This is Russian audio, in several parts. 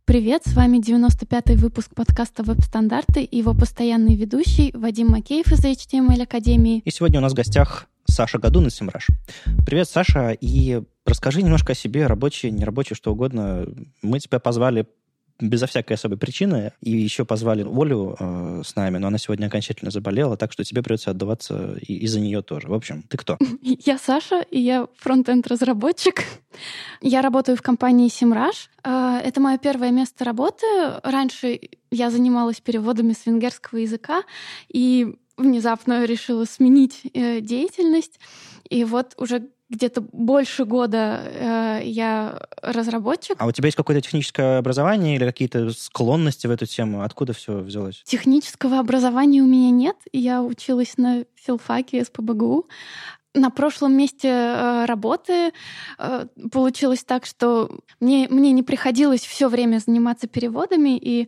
Привет, с вами 95-й выпуск подкаста «Веб-стандарты» и его постоянный ведущий Вадим Макеев из HTML Академии. И сегодня у нас в гостях Саша Годун из Semrush. Привет, Саша, и расскажи немножко о себе, рабочий, нерабочий, что угодно. Мы тебя позвали безо всякой особой причины, и еще позвали Олю с нами, но она сегодня окончательно заболела, так что тебе придется отдуваться из-за нее тоже. В общем, ты кто? Я Саша, и я фронт-энд-разработчик. Я работаю в компании Semrush. Это мое первое место работы. Раньше я занималась переводами с венгерского языка, и внезапно решила сменить деятельность. И вот уже где-то больше года я разработчик. А у тебя есть какое-то техническое образование или какие-то склонности в эту тему? Откуда все взялось? Технического образования у меня нет. Я училась на филфаке СПбГУ. На прошлом месте работы получилось так, что мне не приходилось все время заниматься переводами, и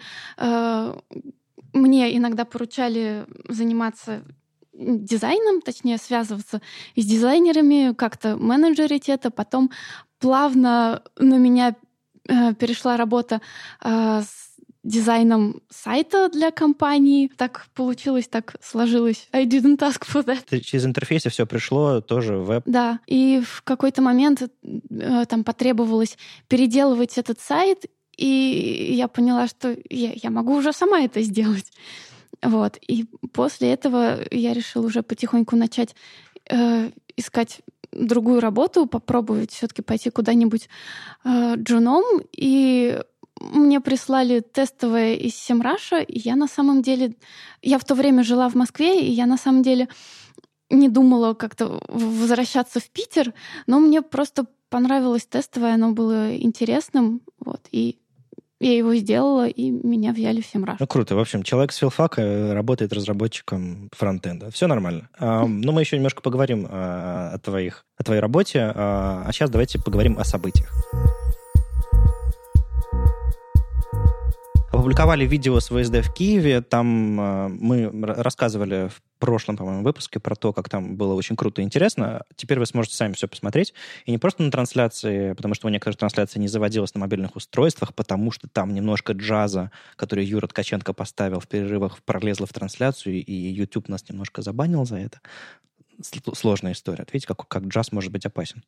мне иногда поручали заниматься дизайном, точнее, связываться с дизайнерами, как-то менеджерить это. Потом плавно на меня перешла работа с дизайном сайта для компании. Так получилось, так сложилось. I didn't ask for that. Через интерфейсы все пришло, тоже веб. Да, и в какой-то момент там потребовалось переделывать этот сайт, и я поняла, что я могу уже сама это сделать. Вот. И после этого я решила уже потихоньку начать искать другую работу, попробовать все-таки пойти куда-нибудь джуном. И мне прислали тестовое из Semrush, и я на самом деле... Я в то время жила в Москве, и я на самом деле не думала как-то возвращаться в Питер, но мне просто понравилось тестовое, оно было интересным, вот, и я его сделала, и меня взяли в Semrush. Ну, круто. В общем, человек с филфака работает разработчиком фронтенда. Все нормально. Но мы еще немножко поговорим о твоей работе. А сейчас давайте поговорим о событиях. Опубликовали видео с ВСД в Киеве. Там мы рассказывали в прошлом, по-моему, выпуске про то, как там было очень круто и интересно. Теперь вы сможете сами все посмотреть. И не просто на трансляции, потому что у некоторых трансляций не заводилась на мобильных устройствах, потому что там немножко джаза, который Юра Ткаченко поставил в перерывах, пролезло в трансляцию, и YouTube нас немножко забанил за это. Сложная история. Видите, как джаз может быть опасен.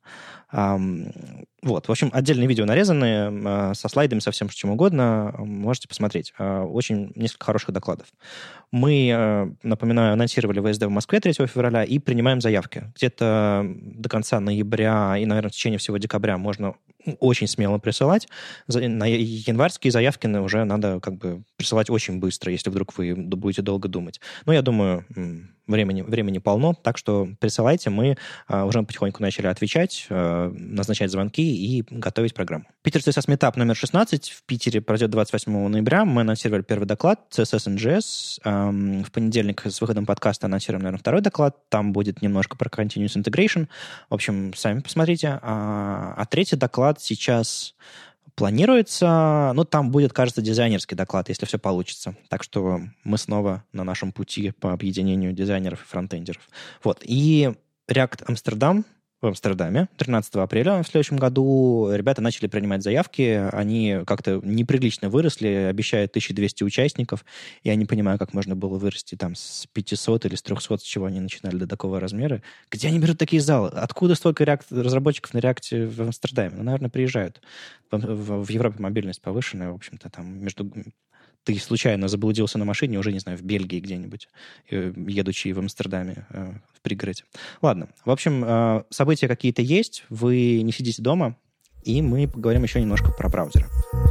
Вот. В общем, отдельные видео нарезанные, со слайдами, со всем чем угодно. Можете посмотреть. Очень несколько хороших докладов. Мы, напоминаю, анонсировали ВСД в Москве 3 февраля и принимаем заявки. Где-то до конца ноября и, наверное, в течение всего декабря можно очень смело присылать. На январские заявки уже надо как бы присылать очень быстро, если вдруг вы будете долго думать. Но я думаю, времени полно, так что присылайте. Мы уже потихоньку начали отвечать, назначать звонки и готовить программу. Питер CSS Meetup номер 16 в Питере пройдет 28 ноября. Мы анонсировали первый доклад CSS and JS. В понедельник с выходом подкаста анонсируем, наверное, второй доклад. Там будет немножко про Continuous Integration. В общем, сами посмотрите. А третий доклад сейчас планируется, но там будет, кажется, дизайнерский доклад, если все получится. Так что мы снова на нашем пути по объединению дизайнеров и фронтендеров. Вот. И React Amsterdam в Амстердаме 13 апреля в следующем году ребята начали принимать заявки. Они как-то неприлично выросли, обещают 1200 участников. Я не понимаю, как можно было вырасти там с 500 или с 300, с чего они начинали до такого размера. Где они берут такие залы? Откуда столько разработчиков на React в Амстердаме? Ну, наверное, приезжают. В Европе мобильность повышенная, в общем-то, там между... Ты случайно заблудился на машине, уже, не знаю, в Бельгии где-нибудь, едучи в Амстердаме в пригороде. Ладно. В общем, события какие-то есть, вы не сидите дома, и мы поговорим еще немножко про браузеры.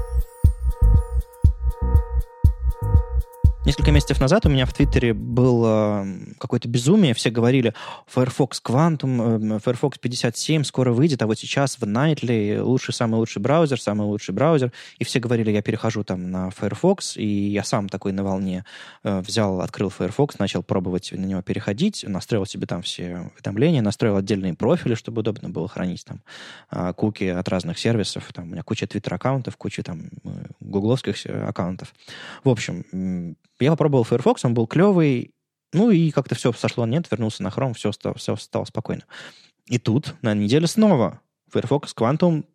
Несколько месяцев назад у меня в Твиттере было какое-то безумие. Все говорили, Firefox Quantum, Firefox 57 скоро выйдет, а вот сейчас в Nightly самый лучший браузер. И все говорили, я перехожу там на Firefox, и я сам такой на волне открыл Firefox, начал пробовать на него переходить, настроил себе там все уведомления, настроил отдельные профили, чтобы удобно было хранить там куки от разных сервисов. Там у меня куча Twitter-аккаунтов, куча там гугловских аккаунтов. В общем, я попробовал Firefox, он был клевый, ну и как-то все сошло на нет, вернулся на Chrome, все стало спокойно. И тут на неделе снова Firefox Quantum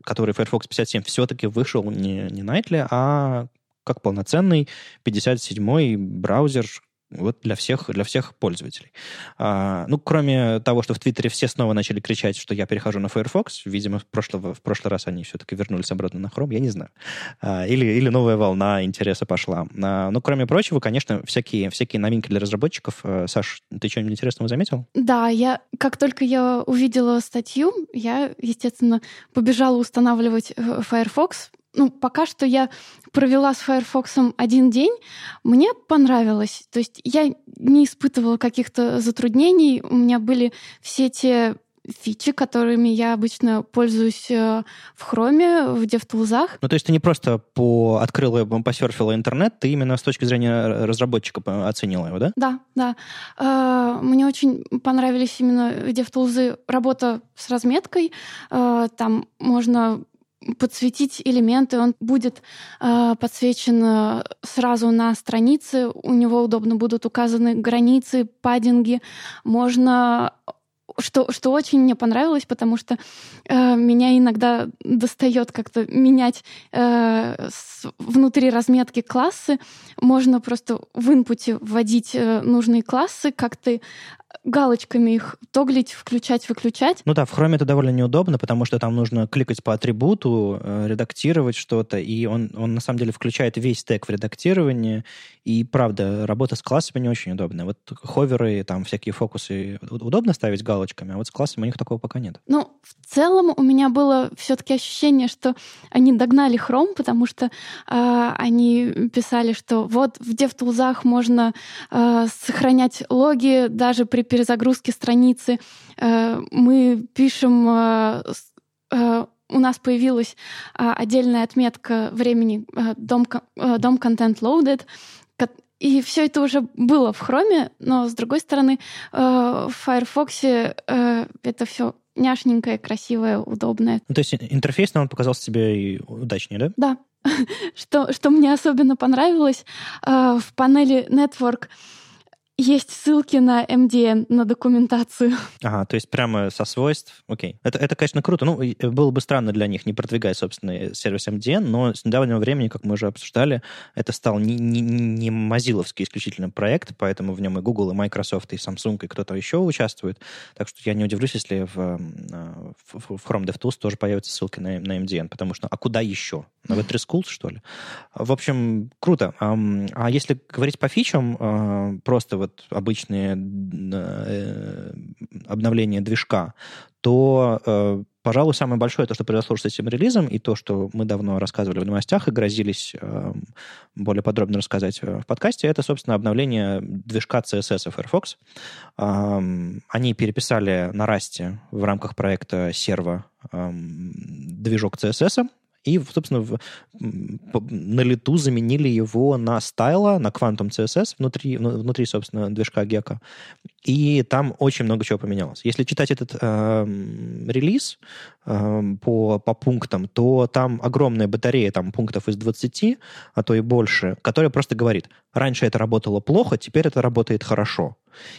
который Firefox 57 все-таки вышел не Nightly, а как полноценный 57-й браузер вот для всех пользователей. Кроме того, что в Твиттере все снова начали кричать, что я перехожу на Firefox, видимо, в прошлый раз они все-таки вернулись обратно на Chrome, я не знаю. Или новая волна интереса пошла. Кроме прочего, конечно, всякие новинки для разработчиков. Саш, ты что-нибудь интересного заметил? Да, как только я увидела статью, я, естественно, побежала устанавливать Firefox. Пока что я провела с Firefox 1 день, мне понравилось. То есть я не испытывала каких-то затруднений. У меня были все те фичи, которыми я обычно пользуюсь в Chrome, в DevTools. То есть ты не просто посерфила интернет, ты именно с точки зрения разработчика оценила его, да? Да. Мне очень понравились именно DevTools, работа с разметкой. Там можно подсветить элементы, он будет подсвечен сразу на странице, у него удобно будут указаны границы, паддинги. Можно... Что очень мне понравилось, потому что меня иногда достает как-то менять внутри разметки классы. Можно просто в инпуте вводить нужные классы, как-то галочками их тоглить, включать, выключать. В Chrome это довольно неудобно, потому что там нужно кликать по атрибуту, редактировать что-то, и он на самом деле включает весь тег в редактировании, и, правда, работа с классами не очень удобная. Вот ховеры, там всякие фокусы удобно ставить галочками, а вот с классами у них такого пока нет. В целом у меня было все-таки ощущение, что они догнали Chrome, потому что они писали, что вот в DevTools можно сохранять логи даже при перезагрузке страницы. Мы пишем... У нас появилась отдельная отметка времени DOM Content Loaded, и все это уже было в Chrome, но, с другой стороны, в Firefox это все няшненькое, красивое, удобное. То есть интерфейсно он показался тебе и удачнее, да? Да. Что мне особенно понравилось, в панели Network есть ссылки на MDN, на документацию. Ага, то есть прямо со свойств. Окей. Это, конечно, круто. Было бы странно для них не продвигать собственный сервис MDN, но с недавнего времени, как мы уже обсуждали, это стал не мозиловский исключительно проект, поэтому в нем и Google, и Microsoft, и Samsung, и кто-то еще участвует. Так что я не удивлюсь, если в Chrome DevTools тоже появятся ссылки на MDN, потому что, а куда еще? На V3 Schools, что ли? В общем, круто. А если говорить по фичам, просто вот обычные обновления движка, то, пожалуй, самое большое, то, что произошло с этим релизом, и то, что мы давно рассказывали в новостях и грозились более подробно рассказать в подкасте, это, собственно, обновление движка CSS Firefox. Они переписали на Rust в рамках проекта Servo движок CSS, и, собственно, на лету заменили его на Style, на Quantum CSS внутри, собственно, движка Gecko. И там очень много чего поменялось. Если читать этот релиз по пунктам, то там огромная батарея пунктов из 20, а то и больше, которая просто говорит, раньше это работало плохо, теперь это работает хорошо.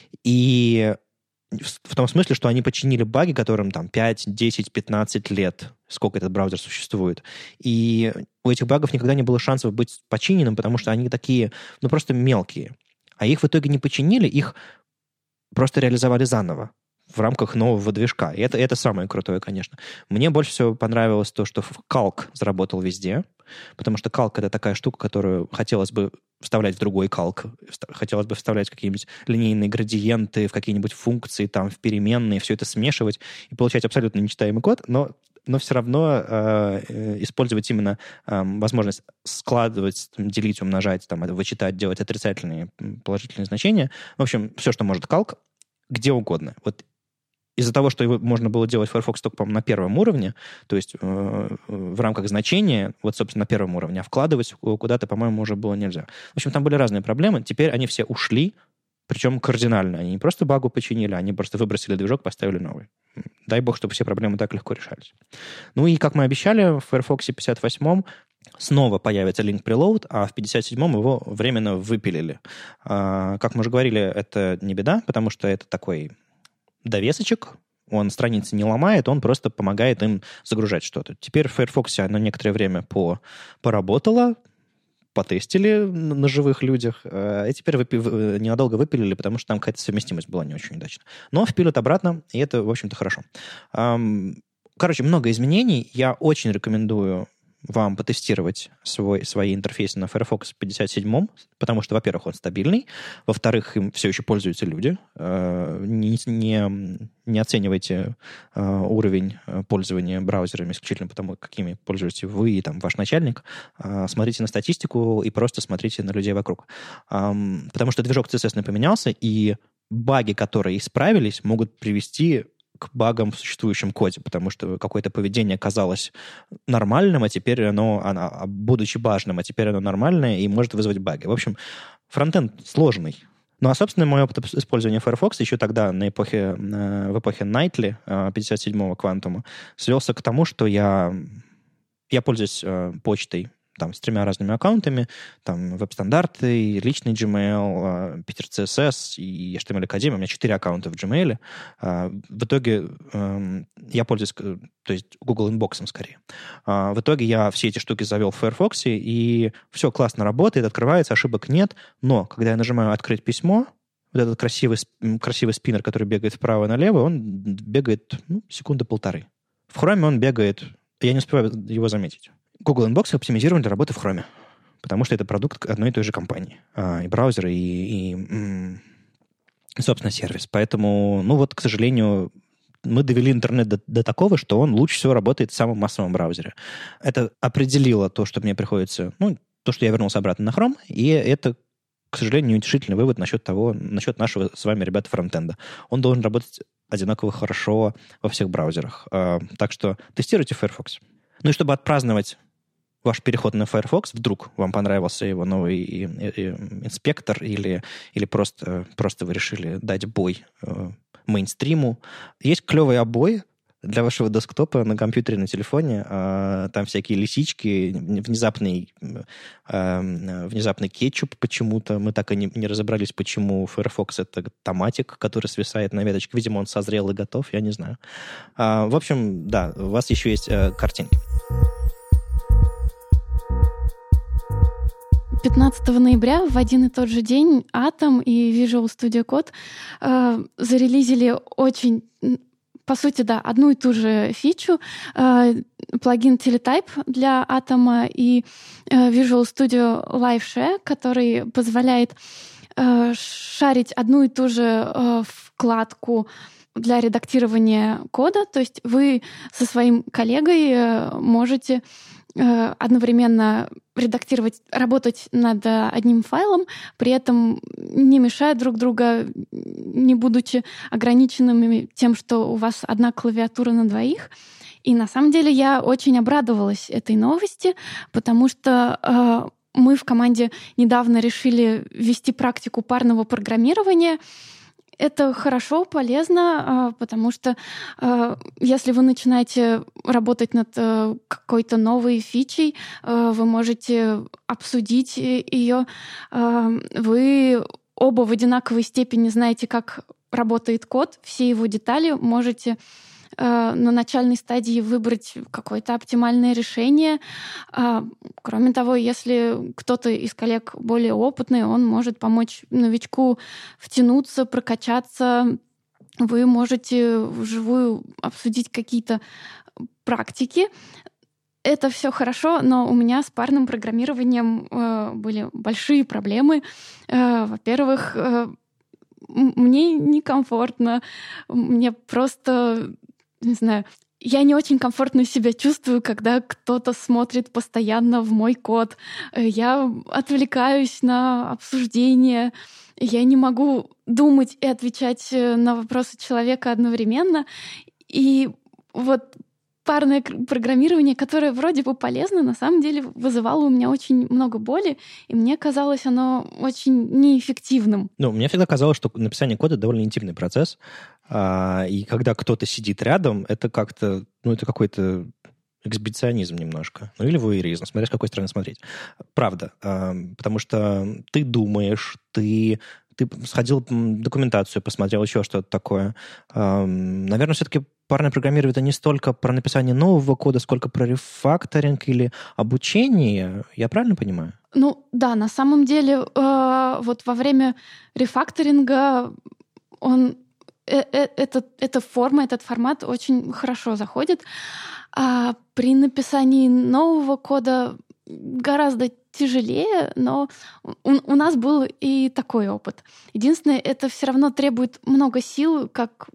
И в том смысле, что они починили баги, которым 5, 10, 15 лет, сколько этот браузер существует. И у этих багов никогда не было шансов быть починенным, потому что они такие, просто мелкие. А их в итоге не починили, их просто реализовали заново в рамках нового движка. И это самое крутое, конечно. Мне больше всего понравилось то, что Calc заработал везде, потому что Calc — это такая штука, которую хотелось бы вставлять в другой Calc. Хотелось бы вставлять какие-нибудь линейные градиенты в какие-нибудь функции, в переменные, все это смешивать и получать абсолютно нечитаемый код, но все равно использовать именно возможность складывать, делить, умножать, вычитать, делать отрицательные, положительные значения. В общем, все, что может Calc, где угодно. Вот из-за того, что его можно было делать в Firefox только, по-моему, на первом уровне, то есть в рамках значения, собственно, на первом уровне, а вкладывать куда-то, по-моему, уже было нельзя. В общем, там были разные проблемы. Теперь они все ушли, причем кардинально. Они не просто багу починили, они просто выбросили движок, поставили новый. Дай бог, чтобы все проблемы так легко решались. И, как мы обещали, в Firefox 58 снова появится link preload, а в 57-м его временно выпилили. Как мы уже говорили, это не беда, потому что это такой довесочек. он страницы не ломает, он просто помогает им загружать что-то. Теперь в Firefox оно некоторое время поработало, потестили на живых людях, и теперь ненадолго выпилили, потому что там какая-то совместимость была не очень удачна. Но впилят обратно, и это, в общем-то, хорошо. Короче, много изменений. Я очень рекомендую вам потестировать свои интерфейсы на Firefox 57, потому что, во-первых, он стабильный, во-вторых, им все еще пользуются люди. Не оценивайте уровень пользования браузерами исключительно потому, какими пользуетесь вы и там, ваш начальник. Смотрите на статистику и просто смотрите на людей вокруг. Потому что движок CSS не поменялся, и баги, которые исправились, могут привести к багам в существующем коде, потому что какое-то поведение казалось нормальным, а теперь будучи важным, а теперь оно нормальное и может вызвать баги. В общем, фронтенд сложный. Ну, а, собственно, мой опыт использования Firefox еще тогда, в эпохе Nightly 57-го Quantum, свелся к тому, что я пользуюсь почтой там, с 3 разными аккаунтами, там, веб-стандарты, личный Gmail, Питер CSS и HTML Академия. У меня 4 аккаунта в Gmail. В итоге я пользуюсь, то есть Google Inbox скорее. В итоге я все эти штуки завел в Firefox, и все классно работает, открывается, ошибок нет. Но когда я нажимаю «Открыть письмо», вот этот красивый спиннер, который бегает вправо-налево, он бегает секунды 1.5. В Chrome он бегает, я не успеваю его заметить. Google Inbox оптимизирован для работы в Chrome, потому что это продукт одной и той же компании. И браузер, и собственно, сервис. Поэтому, к сожалению, мы довели интернет до такого, что он лучше всего работает в самом массовом браузере. Это определило то, что мне приходится... то, что я вернулся обратно на Chrome, и это, к сожалению, неутешительный вывод насчет нашего с вами, ребята, фронтенда. Он должен работать одинаково хорошо во всех браузерах. Так что тестируйте Firefox. И чтобы отпраздновать ваш переход на Firefox, вдруг вам понравился его новый инспектор или просто вы решили дать бой мейнстриму, есть клевые обои для вашего десктопа на компьютере, на телефоне. Там всякие лисички, внезапный кетчуп почему-то. Мы так и не разобрались, почему Firefox — это томатик, который свисает на веточке. Видимо, он созрел и готов, я не знаю. В общем, да, у вас еще есть картинки. 15 ноября в один и тот же день Atom и Visual Studio Code зарелизили очень, по сути, да, одну и ту же фичу. Плагин Teletype для Atom и Visual Studio Live Share, который позволяет шарить одну и ту же вкладку для редактирования кода. То есть вы со своим коллегой можете одновременно работать над одним файлом, при этом не мешая друг друга, не будучи ограниченными тем, что у вас одна клавиатура на двоих. И на самом деле я очень обрадовалась этой новости, потому что мы в команде недавно решили ввести практику парного программирования. Это хорошо, полезно, потому что если вы начинаете работать над какой-то новой фичей, вы можете обсудить ее, вы оба в одинаковой степени знаете, как работает код, все его детали, можете на начальной стадии выбрать какое-то оптимальное решение. Кроме того, если кто-то из коллег более опытный, он может помочь новичку втянуться, прокачаться. Вы можете вживую обсудить какие-то практики. Это все хорошо, но у меня с парным программированием были большие проблемы. Во-первых, мне некомфортно, мне просто... Не знаю, я не очень комфортно себя чувствую, когда кто-то смотрит постоянно в мой код. Я отвлекаюсь на обсуждение. Я не могу думать и отвечать на вопросы человека одновременно. И вот парное программирование, которое вроде бы полезно, на самом деле вызывало у меня очень много боли, и мне казалось оно очень неэффективным. Мне всегда казалось, что написание кода — довольно интимный процесс, и когда кто-то сидит рядом, это как-то, это какой-то эксбиционизм немножко. Или вуайеризм, смотря с какой стороны смотреть. Правда. Потому что ты думаешь, ты ты сходил, документацию посмотрел, еще что-то такое. Наверное, все-таки парное программирование — это не столько про написание нового кода, сколько про рефакторинг или обучение. Я правильно понимаю? Ну да, на самом деле вот во время рефакторинга эта форма, этот формат очень хорошо заходит. А при написании нового кода гораздо тяжелее, но у нас был и такой опыт. Единственное, это все равно требует много сил, как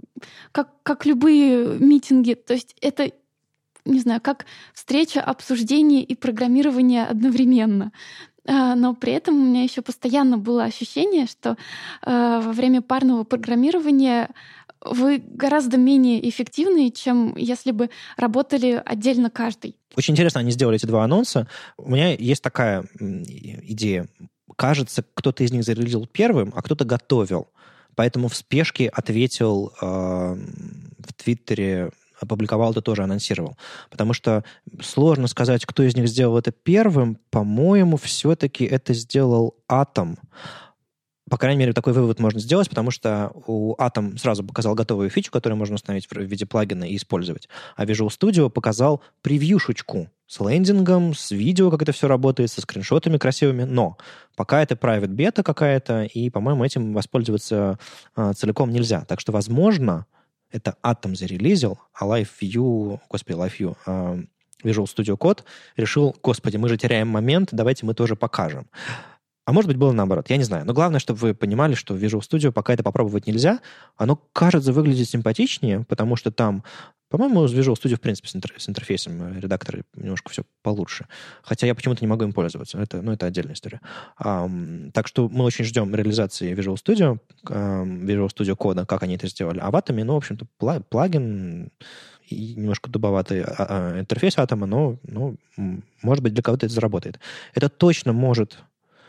любые митинги. То есть это, не знаю, как встреча, обсуждение и программирование одновременно. Но при этом у меня еще постоянно было ощущение, что во время парного программирования вы гораздо менее эффективны, чем если бы работали отдельно каждый. Очень интересно, они сделали эти два анонса. У меня есть такая идея. Кажется, кто-то из них зарелизил первым, а кто-то готовил. Поэтому в спешке ответил в Твиттере, опубликовал, это тоже анонсировал. Потому что сложно сказать, кто из них сделал это первым. По-моему, все-таки это сделал Atom. По крайней мере, такой вывод можно сделать, потому что у Atom сразу показал готовую фичу, которую можно установить в виде плагина и использовать. А Visual Studio показал превьюшечку с лендингом, с видео, как это все работает, со скриншотами красивыми. Но пока это private бета какая-то, и, по-моему, этим воспользоваться целиком нельзя. Так что, возможно, это Atom зарелизил, а LiveView, Visual Studio Code решил, господи, мы же теряем момент, давайте мы тоже покажем. А может быть, было наоборот, я не знаю. Но главное, чтобы вы понимали, что в Visual Studio пока это попробовать нельзя. Оно, кажется, выглядит симпатичнее, потому что там, по-моему, с Visual Studio, в принципе, с интерфейсом редактора немножко все получше. Хотя я почему-то не могу им пользоваться. Это отдельная история. Так что мы очень ждем реализации Visual Studio кода, как они это сделали. А в Atom, в общем-то, плагин и немножко дубоватый интерфейс Atom, но, может быть, для кого-то это заработает. Это точно может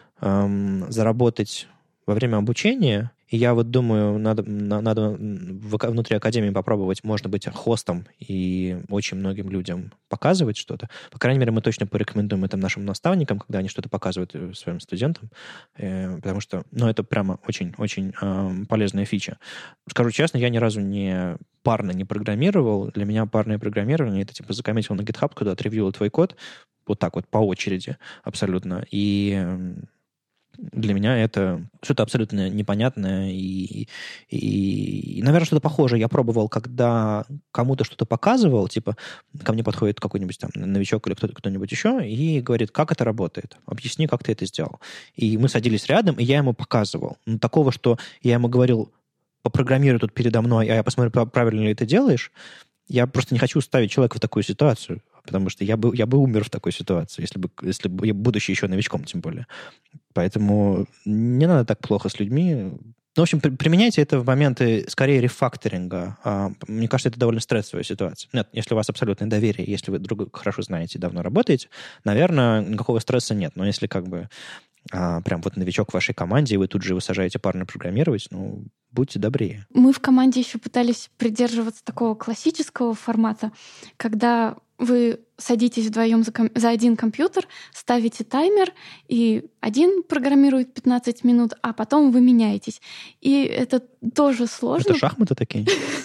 заработать во время обучения. И я вот думаю, надо внутри академии попробовать, можно быть хостом и очень многим людям показывать что-то. По крайней мере, мы точно порекомендуем это нашим наставникам, когда они что-то показывают своим студентам, потому что, это прямо очень-очень полезная фича. Скажу честно, я ни разу парно не программировал. Для меня парное программирование — это типа закоммитил на GitHub, куда отревьюил твой код, вот так вот по очереди абсолютно. И для меня это что-то абсолютно непонятное и, наверное, что-то похожее я пробовал, когда кому-то что-то показывал, типа ко мне подходит какой-нибудь там новичок или кто-нибудь еще и говорит, как это работает, объясни, как ты это сделал. И мы садились рядом, и я ему показывал. Но такого, что я ему говорил, попрограммируй тут передо мной, а я посмотрю, правильно ли ты делаешь, я просто не хочу ставить человека в такую ситуацию, потому что я бы умер в такой ситуации, если бы я, будучи еще новичком, тем более. Поэтому не надо так плохо с людьми. В общем, применяйте это в моменты, скорее, рефакторинга. Мне кажется, это довольно стрессовая ситуация. Нет, если у вас абсолютное доверие, если вы друг друга хорошо знаете и давно работаете, наверное, никакого стресса нет. Но если прям вот новичок в вашей команде, и вы тут же его сажаете парно программировать, будьте добрее. Мы в команде еще пытались придерживаться такого классического формата, когда вы садитесь вдвоем за один компьютер, ставите таймер, и один программирует 15 минут, а потом вы меняетесь. И это тоже сложно. Это шахматы такие?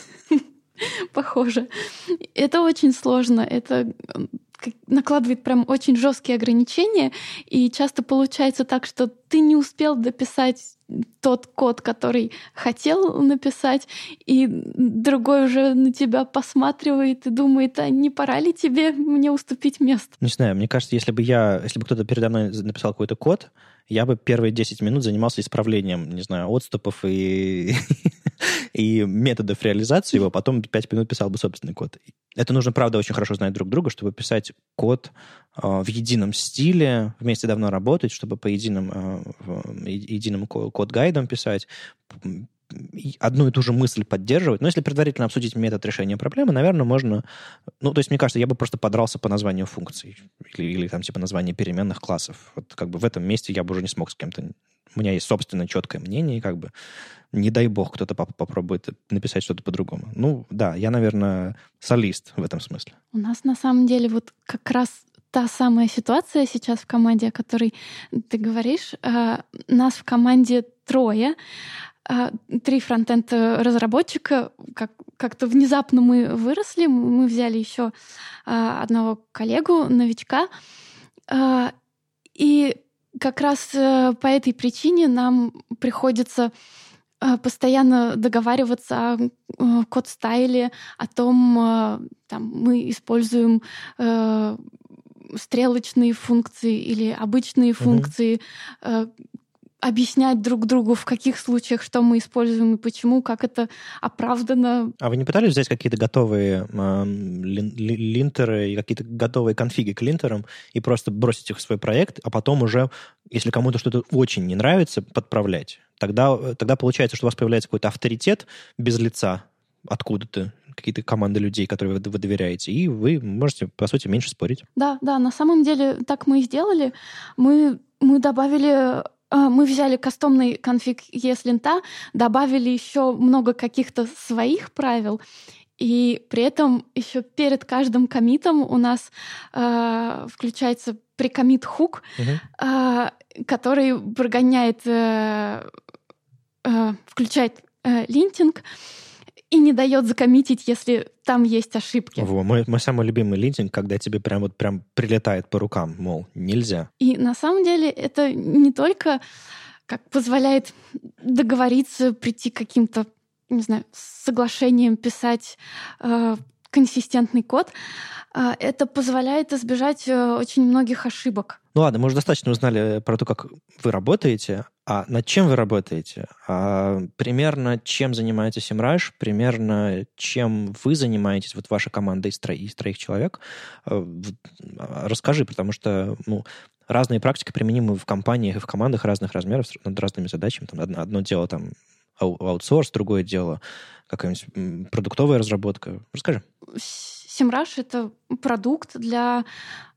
Похоже. Это очень сложно. Это накладывает прям очень жесткие ограничения, и часто получается так, что ты не успел дописать тот код, который хотел написать, и другой уже на тебя посматривает и думает, а не пора ли тебе мне уступить место? Не знаю, мне кажется, если бы кто-то передо мной написал какой-то код, я бы первые 10 минут занимался исправлением, не знаю, отступов и методов реализации его, потом 5 минут писал бы собственный код. Это нужно, правда, очень хорошо знать друг друга, чтобы писать код в едином стиле, вместе давно работать, чтобы по единым код-гайдам писать, одну и ту же мысль поддерживать. Но если предварительно обсудить метод решения проблемы, наверное, можно... то есть, мне кажется, я бы просто подрался по названию функций или там типа названия переменных классов. Вот в этом месте я бы уже не смог с кем-то... У меня есть собственное четкое мнение, и не дай бог кто-то попробует написать что-то по-другому. Да, я, наверное, солист в этом смысле. У нас на самом деле вот как раз та самая ситуация сейчас в команде, о которой ты говоришь. Нас в команде 3. 3 фронтенд-разработчика. Как-то внезапно мы выросли. Мы взяли еще одного коллегу, новичка. И как раз по этой причине нам приходится постоянно договариваться о код-стайле, о том, там, мы используем стрелочные функции или обычные функции, объяснять друг другу, в каких случаях что мы используем и почему, как это оправдано. А вы не пытались взять какие-то готовые линтеры и какие-то готовые конфиги к линтерам и просто бросить их в свой проект, а потом уже, если кому-то что-то очень не нравится, подправлять? Тогда получается, что у вас появляется какой-то авторитет без лица откуда-то, какие-то команды людей, которые вы доверяете, и вы можете, по сути, меньше спорить. Да, на самом деле так мы и сделали. Мы добавили... Мы взяли кастомный конфиг ESLint, добавили еще много каких-то своих правил, и при этом еще перед каждым коммитом у нас включается прикоммит хук, который прогоняет, включает линтинг и не дает закоммитить, если там есть ошибки. Мой самый любимый линтинг, когда тебе прям прилетает по рукам, мол, нельзя. И на самом деле это не только как позволяет договориться, прийти к каким-то, не знаю, соглашениям, писать консистентный код, это позволяет избежать очень многих ошибок. Ну ладно, мы уже достаточно узнали про то, как вы работаете, а над чем вы работаете, примерно чем занимается Semrush, примерно чем вы занимаетесь, вот ваша команда из троих человек. Расскажи, потому что разные практики применимы в компаниях и в командах разных размеров над разными задачами. Там одно дело там аутсорс, другое дело какая-нибудь продуктовая разработка. Расскажи. Semrush — это продукт для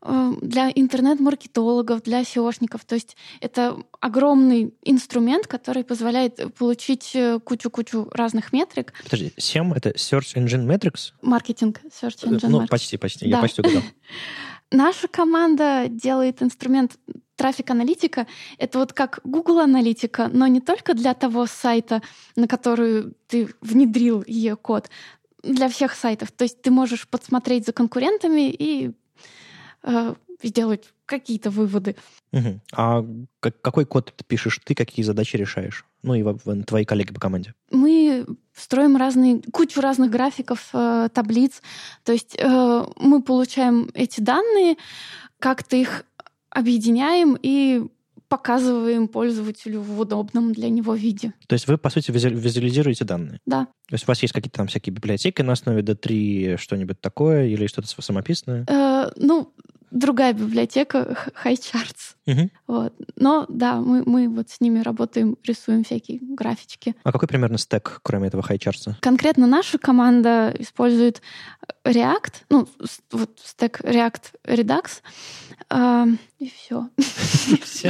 интернет-маркетологов, для SEOшников. То есть это огромный инструмент, который позволяет получить кучу разных метрик. Подожди, SEM — это Search Engine Metrics? Маркетинг, Search Engine Metrics. Почти. Да. Я почти угадал. Наша команда делает инструмент трафик-аналитика. Это вот как Google Аналитика, но не только для того сайта, на который ты внедрил ее код, для всех сайтов. То есть ты можешь подсмотреть за конкурентами и сделать какие-то выводы. Угу. А какой код ты пишешь ты, какие задачи решаешь? Ну и твои коллеги по команде. Мы строим кучу разных графиков, таблиц. То есть мы получаем эти данные, как-то их объединяем и показываем пользователю в удобном для него виде. То есть вы, по сути, визуализируете данные? Да. То есть у вас есть какие-то там всякие библиотеки на основе D3, что-нибудь такое, или что-то самописное? Другая библиотека, HighCharts. Угу. Вот. Но да, мы вот с ними работаем, рисуем всякие графички. А какой примерно стэк, кроме этого HighCharts? Конкретно наша команда использует React, вот стэк React Redux, и все. Все?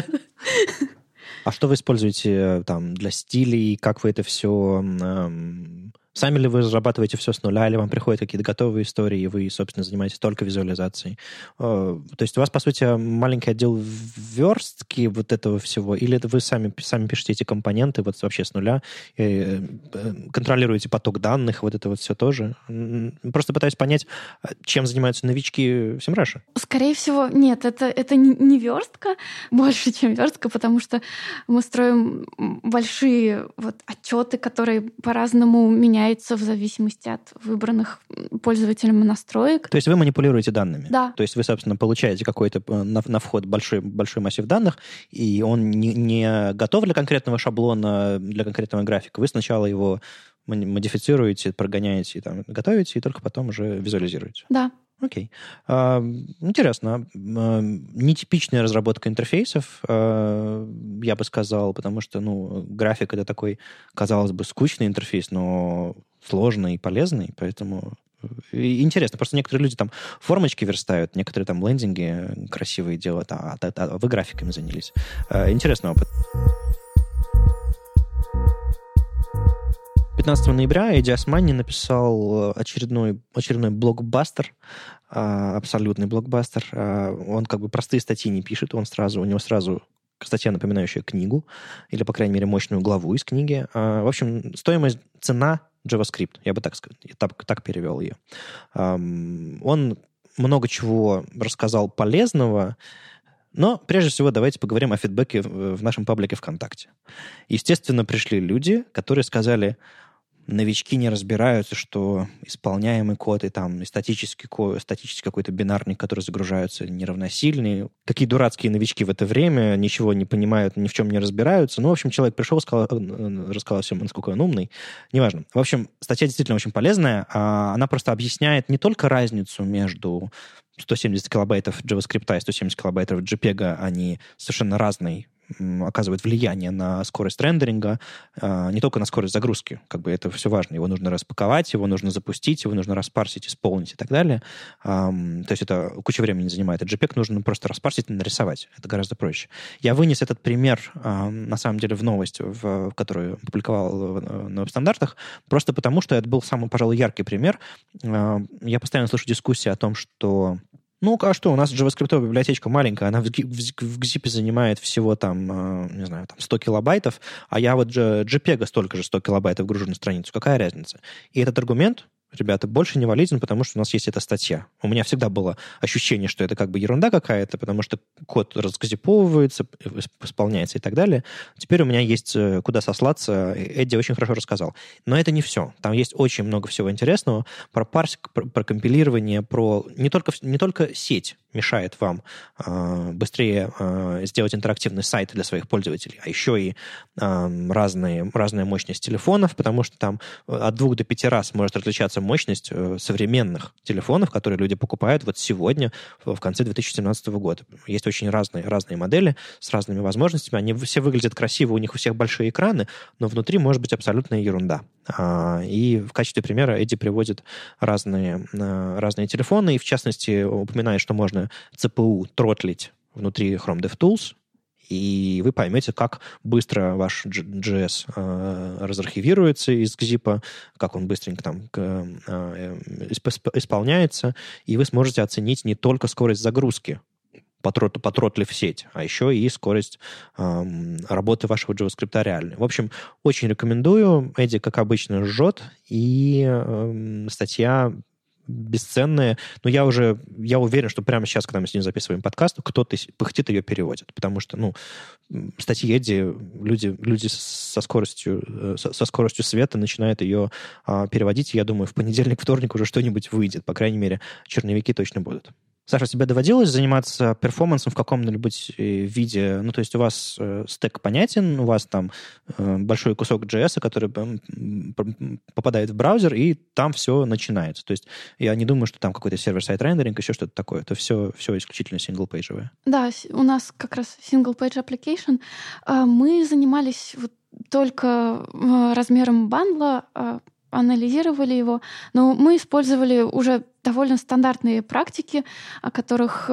А что вы используете там для стилей? Как вы это все... Сами ли вы разрабатываете все с нуля, или вам приходят какие-то готовые истории, и вы, собственно, занимаетесь только визуализацией? То есть у вас, по сути, маленький отдел верстки вот этого всего, или это вы сами пишете эти компоненты вот вообще с нуля, контролируете поток данных, вот это вот все тоже? Просто пытаюсь понять, чем занимаются новички в Semrush. Скорее всего, нет, это не верстка, больше, чем верстка, потому что мы строим большие отчеты, которые по-разному меняются в зависимости от выбранных пользователем настроек. То есть вы манипулируете данными? Да. То есть вы, собственно, получаете какой-то на вход большой массив данных, и он не готов для конкретного шаблона, для конкретного графика. Вы сначала его модифицируете, прогоняете, готовите, и только потом уже визуализируете. Да. Окей. Интересно. Нетипичная разработка интерфейсов, я бы сказал, потому что, график — это такой, казалось бы, скучный интерфейс, но сложный и полезный, поэтому интересно. Просто некоторые люди там формочки верстают, некоторые там лендинги красивые делают, а вы графиками занялись. Интересный опыт. 15 ноября Эдди Османи написал очередной блокбастер, абсолютный блокбастер. Он простые статьи не пишет, у него сразу статья, напоминающая книгу, или, по крайней мере, мощную главу из книги. В общем, цена JavaScript, я бы так перевел ее. Он много чего рассказал полезного, но прежде всего давайте поговорим о фидбэке в нашем паблике ВКонтакте. Естественно, пришли люди, которые сказали: новички не разбираются, что исполняемый код и там и статический какой-то бинарник, который загружаются, неравносильный. Какие дурацкие новички в это время, ничего не понимают, ни в чем не разбираются. Ну, в общем, человек пришел, рассказал всем, насколько он умный. Неважно. В общем, статья действительно очень полезная. Она просто объясняет не только разницу между 170 килобайтов JavaScript и 170 килобайтов JPEG, они совершенно разные, оказывает влияние на скорость рендеринга, не только на скорость загрузки. Как бы это все важно. Его нужно распаковать, его нужно запустить, его нужно распарсить, исполнить и так далее. То есть это куча времени занимает. А JPEG нужно просто распарсить и нарисовать. Это гораздо проще. Я вынес этот пример, на самом деле, в новость, которую публиковал на веб-стандартах, просто потому, что это был самый, пожалуй, яркий пример. Я постоянно слышу дискуссии о том, что а что, у нас JavaScript библиотечка маленькая, она в GZIP занимает всего там, не знаю, там 100 килобайтов, а я вот JPEG столько же 100 килобайтов гружу на страницу. Какая разница? И этот аргумент, ребята, больше не валиден, потому что у нас есть эта статья. У меня всегда было ощущение, что это как бы ерунда какая-то, потому что код разгазиповывается, исполняется и так далее. Теперь у меня есть куда сослаться. Эдди очень хорошо рассказал. Но это не все. Там есть очень много всего интересного про парсинг, про компилирование, про не только сеть мешает вам быстрее сделать интерактивный сайт для своих пользователей, а еще и разная мощность телефонов, потому что там от 2 до 5 раз может различаться мощность современных телефонов, которые люди покупают вот сегодня, в конце 2017 года. Есть очень разные модели с разными возможностями. Они все выглядят красиво, у них у всех большие экраны, но внутри может быть абсолютная ерунда. И в качестве примера Эдди приводит разные телефоны, и в частности упоминает, что можно CPU тротлить внутри Chrome DevTools, и вы поймете, как быстро ваш JS разархивируется из GZIP, как он быстренько там исполняется, и вы сможете оценить не только скорость загрузки, потротлив сеть, а еще и скорость работы вашего JavaScript реальной. В общем, очень рекомендую. Эдди, как обычно, жжет, и статья бесценная. Но я уверен, что прямо сейчас, когда мы с ним записываем подкаст, кто-то пыхтит ее переводит. Потому что, статьи Эдди, люди со скоростью света начинают ее переводить. И я думаю, в понедельник, вторник уже что-нибудь выйдет. По крайней мере, черновики точно будут. Саша, тебе доводилось заниматься перформансом в каком-нибудь виде? То есть у вас стэк понятен, у вас там большой кусок JS, который попадает в браузер, и там все начинается. То есть я не думаю, что там какой-то сервер-сайд рендеринг, еще что-то такое. Это все исключительно синглпейджевое. Да, у нас как раз single-page application. Мы занимались только размером бандла, анализировали его, но мы использовали уже довольно стандартные практики, о которых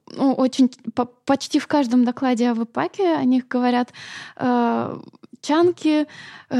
почти в каждом докладе о веб-паке о них говорят. Чанки,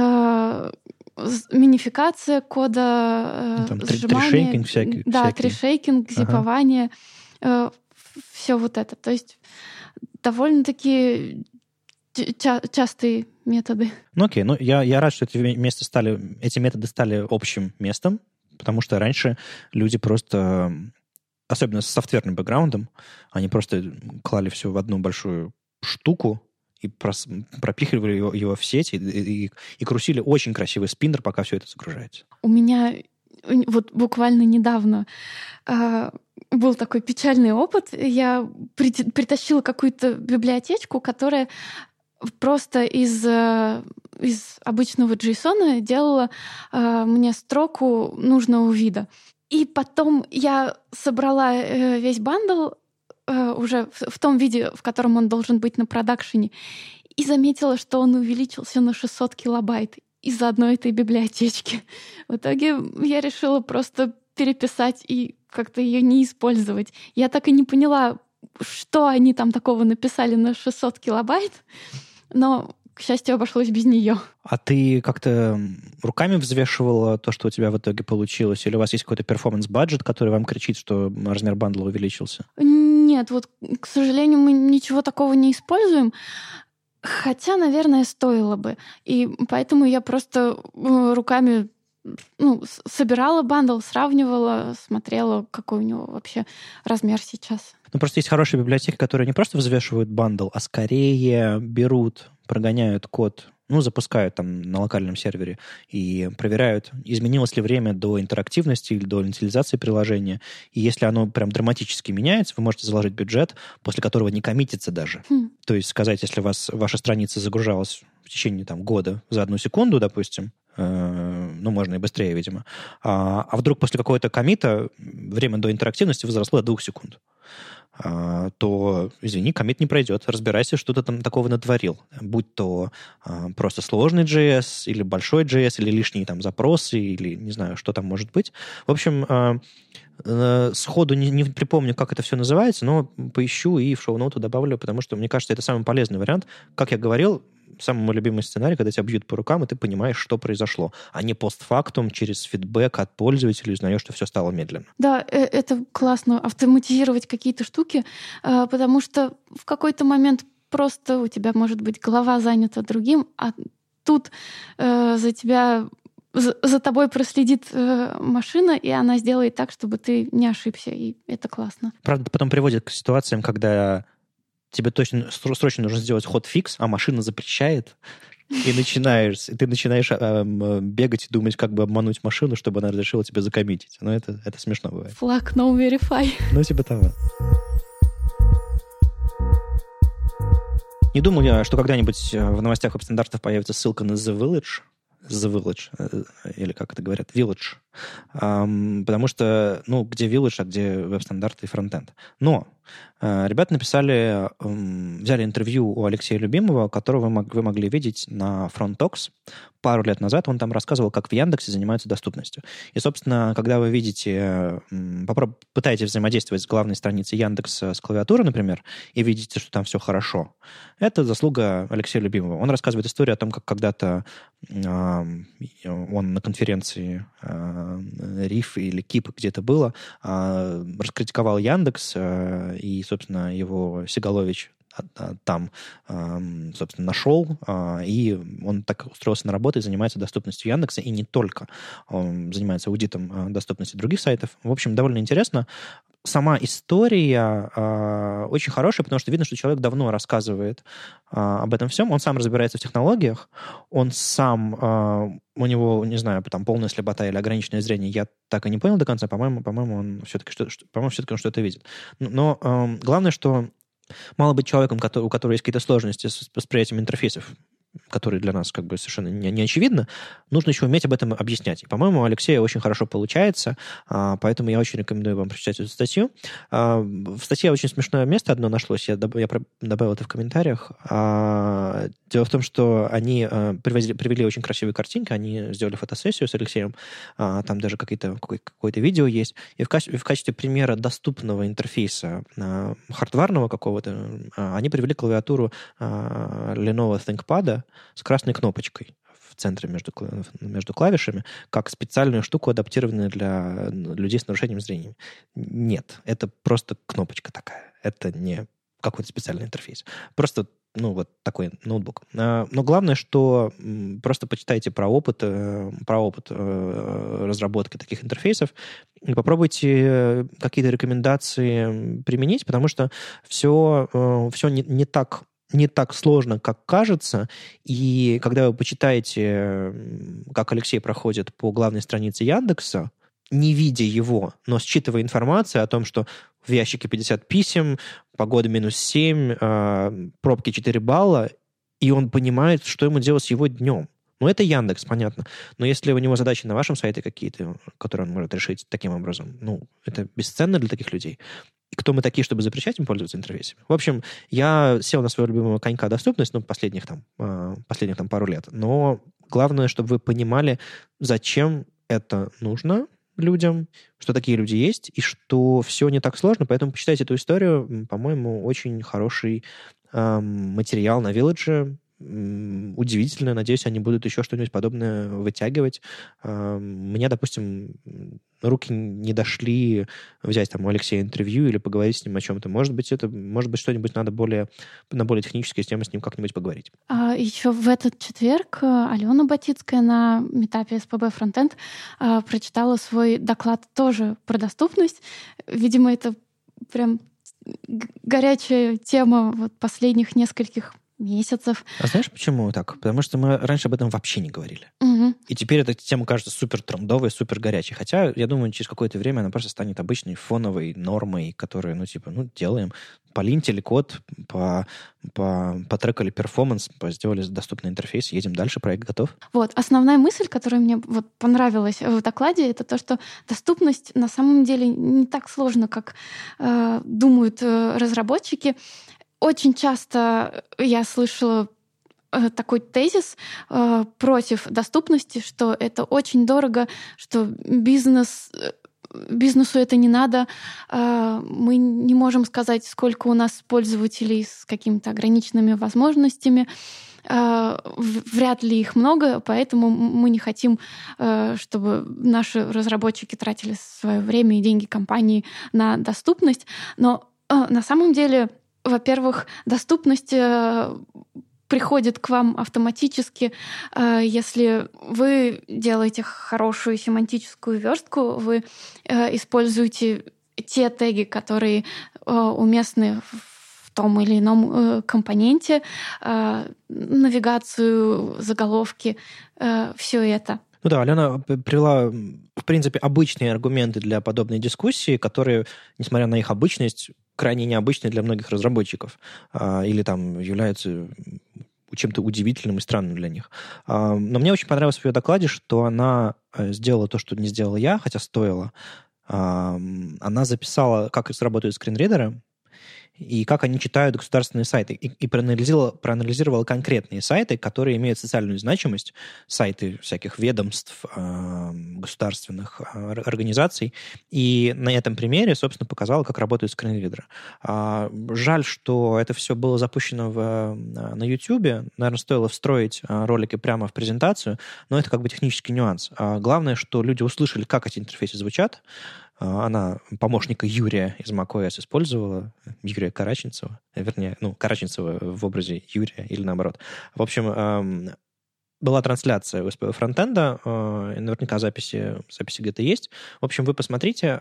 минификация кода, сжимание. Трешейкинг всякий. Да, трешейкинг, зипование, все вот это. То есть довольно-таки частые методы. Окей, я рад, что эти методы стали общим местом, потому что раньше люди просто, особенно с софтверным бэкграундом, они просто клали все в одну большую штуку и пропихивали его в сеть и крутили очень красивый спиннер, пока все это загружается. У меня буквально недавно был такой печальный опыт. Я притащила какую-то библиотечку, которая просто из обычного JSON делала мне строку нужного вида. И потом я собрала весь бандл уже в том виде, в котором он должен быть на продакшене, и заметила, что он увеличился на 600 килобайт из-за одной этой библиотечки. В итоге я решила просто переписать и как-то ее не использовать. Я так и не поняла, что они там такого написали на 600 килобайт, но к счастью, обошлось без нее. А ты как-то руками взвешивала то, что у тебя в итоге получилось? Или у вас есть какой-то перформанс-баджет, который вам кричит, что размер бандла увеличился? Нет, вот, к сожалению, мы ничего такого не используем. Хотя, наверное, стоило бы. И поэтому я просто руками собирала бандл, сравнивала, смотрела, какой у него вообще размер сейчас. Просто есть хорошие библиотеки, которые не просто взвешивают бандл, а скорее берут, прогоняют код, запускают там на локальном сервере и проверяют, изменилось ли время до интерактивности или до инициализации приложения. И если оно прям драматически меняется, вы можете заложить бюджет, после которого не коммитится даже. То есть сказать, если ваша страница загружалась в течение года за 1 секунду, допустим, можно и быстрее, видимо, а вдруг после какого-то коммита время до интерактивности возросло до 2 секунд, то, извини, коммит не пройдет. Разбирайся, что ты там такого натворил. Будь то просто сложный JS, или большой JS, или лишние там запросы, или не знаю, что там может быть. В общем, сходу не припомню, как это все называется, но поищу и в шоу-ноту добавлю, потому что, мне кажется, это самый полезный вариант. Как я говорил, самый мой любимый сценарий, когда тебя бьют по рукам, и ты понимаешь, что произошло, а не постфактум через фидбэк от пользователей узнаешь, что все стало медленно. Да, это классно, автоматизировать какие-то штуки, потому что в какой-то момент просто у тебя, может быть, голова занята другим, а тут за тобой проследит машина, и она сделает так, чтобы ты не ошибся, и это классно. Правда, потом приводит к ситуациям, когда тебе точно срочно нужно сделать хот-фикс, а машина запрещает, и ты начинаешь бегать и думать, как бы обмануть машину, чтобы она разрешила тебе закоммитить. Но это смешно бывает. Flag no verify. Типа того. Не думал я, что когда-нибудь в новостях веб-стандартов появится ссылка на The Village, или как это говорят, Village. Потому что, где Village, а где веб-стандарты и фронтенд. Но ребята взяли интервью у Алексея Любимова, которого вы могли видеть на FrontTalks. Пару лет назад он там рассказывал, как в Яндексе занимаются доступностью. И, собственно, когда вы пытаетесь взаимодействовать с главной страницей Яндекса с клавиатуры, например, и видите, что там все хорошо, это заслуга Алексея Любимова. Он рассказывает историю о том, как когда-то он на конференции РИФ или КИП где-то было, раскритиковал Яндекс, и, собственно, его Сигалович там, собственно, нашел, и он так устроился на работу и занимается доступностью Яндекса, и не только. Он занимается аудитом доступности других сайтов. В общем, довольно интересно. Сама история очень хорошая, потому что видно, что человек давно рассказывает об этом всем. Он сам разбирается в технологиях, он сам, у него, не знаю, там полная слепота или ограниченное зрение, я так и не понял до конца. По-моему, он все-таки что-то видит. Но главное, что мало быть человеком, у которого есть какие-то сложности с восприятием интерфейсов, которые для нас как бы совершенно не очевидны, нужно еще уметь об этом объяснять. И, по-моему, у Алексея очень хорошо получается, поэтому я очень рекомендую вам прочитать эту статью. В статье очень смешное место одно нашлось, я добавил это в комментариях. Дело в том, что они привели очень красивые картинки, они сделали фотосессию с Алексеем, там даже какое-то видео есть, и в качестве примера доступного интерфейса хардварного какого-то они привели клавиатуру Lenovo ThinkPad с красной кнопочкой в центре между клавишами, как специальную штуку, адаптированную для людей с нарушением зрения. Нет, это просто кнопочка такая. Это не какой-то специальный интерфейс. Просто такой ноутбук. Но главное, что просто почитайте про опыт разработки таких интерфейсов и попробуйте какие-то рекомендации применить, потому что все не так сложно, как кажется, и когда вы почитаете, как Алексей проходит по главной странице Яндекса, не видя его, но считывая информацию о том, что в ящике 50 писем, погода -7, пробки 4 балла, и он понимает, что ему делать с его днем. Это Яндекс, понятно. Но если у него задачи на вашем сайте какие-то, которые он может решить таким образом, это бесценно для таких людей. И кто мы такие, чтобы запрещать им пользоваться интерфейсами? В общем, я сел на своего любимого конька доступность, последних пару лет. Но главное, чтобы вы понимали, зачем это нужно людям, что такие люди есть, и что все не так сложно. Поэтому почитайте эту историю. По-моему, очень хороший материал на Village. удивительно. Надеюсь, они будут еще что-нибудь подобное вытягивать. Мне, допустим, руки не дошли взять там у Алексея интервью или поговорить с ним о чем-то. Может быть, что-нибудь надо на более технические темы с ним как-нибудь поговорить. Еще в этот четверг Алена Батицкая на митапе СПБ Фронтенд прочитала свой доклад тоже про доступность. Видимо, это прям горячая тема вот последних нескольких месяцев. А знаешь, почему так? Потому что мы раньше об этом вообще не говорили. Угу. И теперь эта тема кажется супер трендовой, супер горячей. Хотя, я думаю, через какое-то время она просто станет обычной фоновой нормой, которую, делаем. Полинтили код, потрекали перформанс, сделали доступный интерфейс, едем дальше, проект готов. Вот. Основная мысль, которая мне понравилась в докладе, это то, что доступность на самом деле не так сложно, как думают разработчики. Очень часто я слышала такой тезис против доступности, что это очень дорого, что бизнесу это не надо. Мы не можем сказать, сколько у нас пользователей с какими-то ограниченными возможностями. Вряд ли их много, поэтому мы не хотим, чтобы наши разработчики тратили свое время и деньги компании на доступность. Но на самом деле, во-первых, доступность приходит к вам автоматически, если вы делаете хорошую семантическую верстку, вы используете те теги, которые уместны в том или ином компоненте, навигацию, заголовки, все это. Ну да, Алена привела, в принципе, обычные аргументы для подобной дискуссии, которые, несмотря на их обычность, крайне необычны для многих разработчиков или там являются чем-то удивительным и странным для них. Но мне очень понравилось в ее докладе, что она сделала то, что не сделала я, хотя стоило. Она записала, как работают скринридеры, и как они читают государственные сайты. И проанализировала конкретные сайты, которые имеют социальную значимость, сайты всяких ведомств, государственных организаций. И на этом примере, собственно, показала, как работают скринридеры. Жаль, что это все было запущено на YouTube. Наверное, стоило встроить ролики прямо в презентацию, но это как бы технический нюанс. Главное, что люди услышали, как эти интерфейсы звучат. Она помощника Юрия из macOS использовала, Юрия Караченцева, вернее, Караченцева в образе Юрия или наоборот. В общем, была трансляция у СПБ Фронтенда, наверняка записи где-то есть. В общем, вы посмотрите.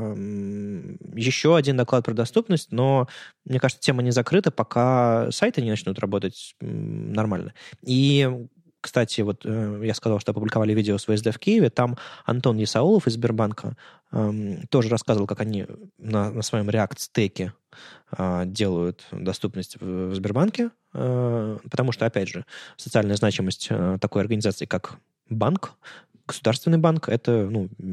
Еще один доклад про доступность, но, мне кажется, тема не закрыта, пока сайты не начнут работать нормально. И кстати, вот я сказал, что опубликовали видео с VSD в Киеве. Там Антон Исаулов из Сбербанка тоже рассказывал, как они на своем React-стеке делают доступность в Сбербанке, потому что, опять же, социальная значимость такой организации, как банк, государственный банк, это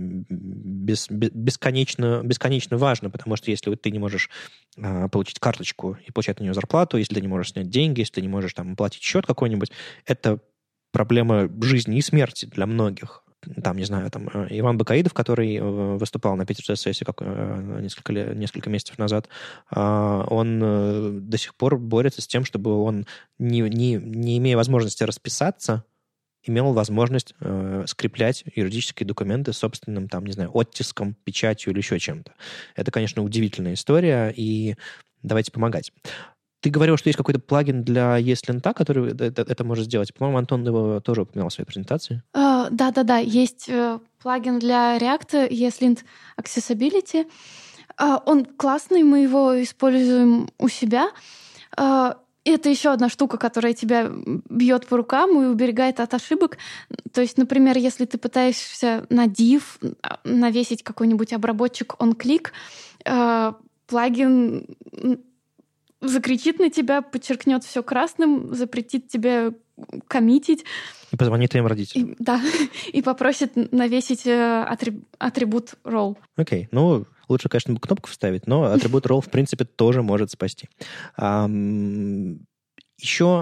бесконечно важно, потому что если ты не можешь получить карточку и получать на нее зарплату, если ты не можешь снять деньги, если ты не можешь там оплатить счет какой-нибудь, это проблема жизни и смерти для многих. Там, не знаю, там Иван Бакаидов, который выступал на Питерской сессии несколько месяцев назад, он до сих пор борется с тем, чтобы он, не имея возможности расписаться, имел возможность скреплять юридические документы собственным, там, не знаю, оттиском, печатью или еще чем-то. Это, конечно, удивительная история, и давайте помогать. Ты говорил, что есть какой-то плагин для ESLint, который это может сделать. По-моему, Антон его тоже упоминал в своей презентации. Да. Есть плагин для React ESLint Accessibility. Он классный, мы его используем у себя. Это еще одна штука, которая тебя бьет по рукам и уберегает от ошибок. То есть, например, если ты пытаешься на div навесить какой-нибудь обработчик on-click, плагин закричит на тебя, подчеркнет все красным, запретит тебе коммитить. И позвонит твоим родителям. И попросит навесить атрибут role. Окей, лучше, конечно, кнопку вставить, но атрибут role, в принципе, тоже может спасти. Еще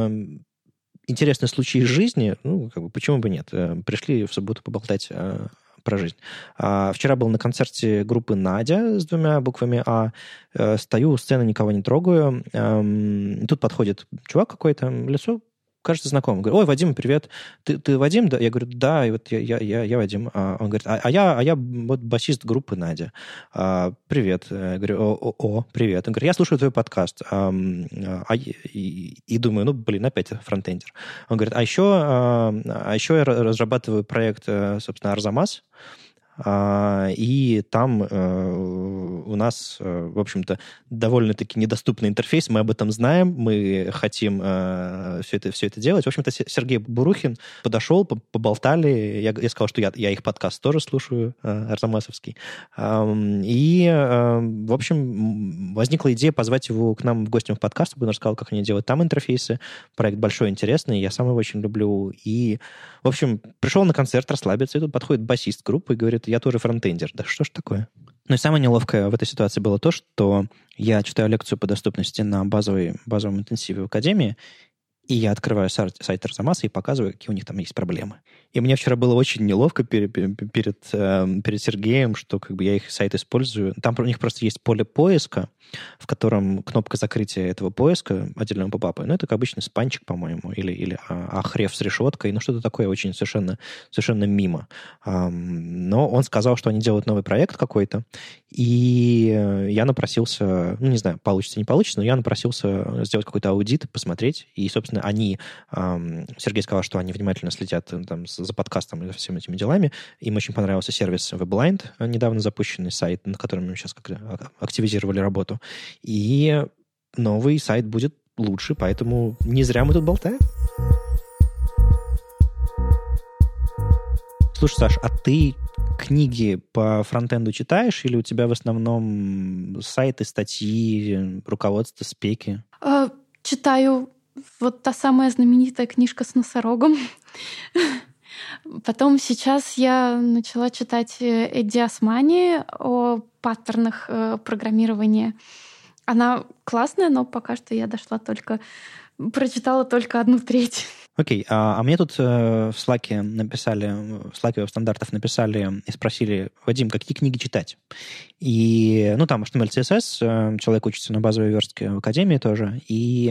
интересный случай из жизни, почему бы нет. Пришли в субботу поболтать про жизнь. Вчера был на концерте группы «Надя» с 2 буквами «А». Стою у сцены, никого не трогаю. Тут подходит чувак какой-то, лицо кажется знакомым. Говорю: ой, Вадим, привет. Ты Вадим? Да? Я говорю: да, и вот я Вадим. Он говорит: я вот басист группы «Надя». Привет. Я говорю: привет. Он говорит: я слушаю твой подкаст. И думаю, опять фронтендер. Он говорит: а еще я разрабатываю проект, собственно, Арзамас. И там у нас, в общем-то, довольно-таки недоступный интерфейс. Мы об этом знаем, мы хотим все это делать. В общем-то, Сергей Бурухин подошел, поболтали. Я сказал, что я их подкаст тоже слушаю, арзамасовский. И, в общем, возникла идея позвать его к нам в гости в подкаст. Он рассказал, как они делают там интерфейсы. Проект большой, интересный, я сам его очень люблю. И, в общем, пришел на концерт расслабиться, и тут подходит басист группы и говорит: я тоже фронтендер. Да что ж такое? Ну и самое неловкое в этой ситуации было то, что я читаю лекцию по доступности на базовом интенсиве в Академии, и я открываю сайт Арзамаса и показываю, какие у них там есть проблемы. И мне вчера было очень неловко перед Сергеем, что как бы я их сайт использую. Там у них просто есть поле поиска, в котором кнопка закрытия этого поиска отдельного попапа. Ну, это как обычный спанчик, по-моему, или ахрев с решеткой, ну, что-то такое очень совершенно мимо. Но он сказал, что они делают новый проект какой-то, и я напросился, ну, не знаю, получится, не получится, но я напросился сделать какой-то аудит, посмотреть, и, собственно, Сергей сказал, что они внимательно следят там за подкастом и за всеми этими делами. Им очень понравился сервис WebBlind, недавно запущенный сайт, над которым мы сейчас активизировали работу. И новый сайт будет лучше, поэтому не зря мы тут болтаем. Слушай, Саш, а ты книги по фронтенду читаешь, или у тебя в основном сайты, статьи, руководство, спеки? Читаю. Вот та самая знаменитая книжка с носорогом. Потом сейчас я начала читать Эдди Османи о паттернах программирования. Она классная, но пока что я прочитала только 1/3. Окей, а мне тут в Slack написали, в Slack веб-стандартов написали и спросили: Вадим, какие книги читать? И, ну, там HTML, CSS, человек учится на базовой верстке в Академии тоже, и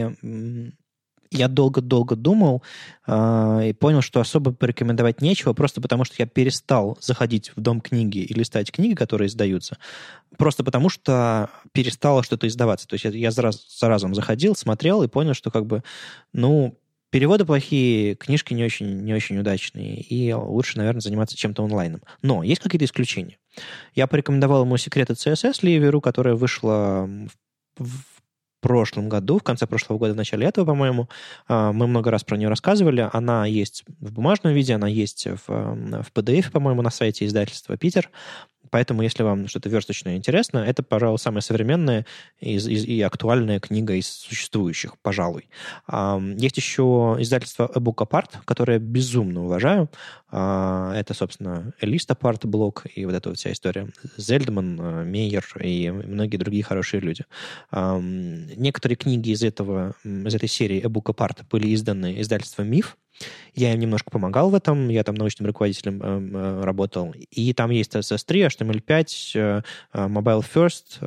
я долго-долго думал и понял, что особо порекомендовать нечего, просто потому что я перестал заходить в дом книги и листать книги, которые издаются, просто потому что перестало что-то издаваться. То есть я за разом заходил, смотрел и понял, что как бы, ну, переводы плохие, книжки не очень удачные, и лучше, наверное, заниматься чем-то онлайном. Но есть какие-то исключения. Я порекомендовал ему «Секреты CSS» Ливеру, которая вышла в прошлом году, в конце прошлого года, в начале этого, по-моему. Мы много раз про нее рассказывали. Она есть в бумажном виде, она есть в PDF, по-моему, на сайте издательства «Питер». Поэтому, если вам что-то версточное интересно, это, пожалуй, самая современная и актуальная книга из существующих, пожалуй. Есть еще издательство A Book Apart, которое я безумно уважаю. Это, собственно, Элист Апарт блог и вот эта вот вся история. Зельдман, Мейер и многие другие хорошие люди. Некоторые книги из этой серии A Book Apart были изданы издательством «Миф». Я им немножко помогал в этом, я там научным руководителем работал. И там есть CSS3, HTML5, Mobile First,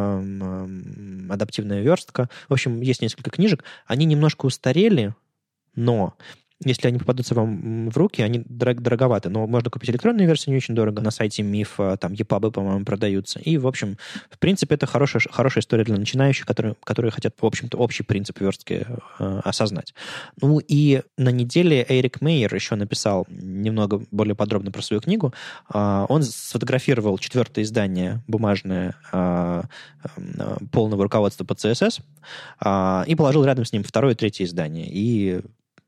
адаптивная верстка. В общем, есть несколько книжек. Они немножко устарели, но если они попадутся вам в руки, они дороговаты. Но можно купить электронную версию не очень дорого. На сайте Миф, там EPUB, по-моему, продаются. И, в общем, в принципе, это хорошая история для начинающих, которые хотят, в общем-то, общий принцип верстки осознать. Ну и на неделе Эрик Мейер еще написал немного более подробно про свою книгу. Он сфотографировал 4-е издание бумажное полного руководства по CSS и положил рядом с ним 2-е и 3-е издание. И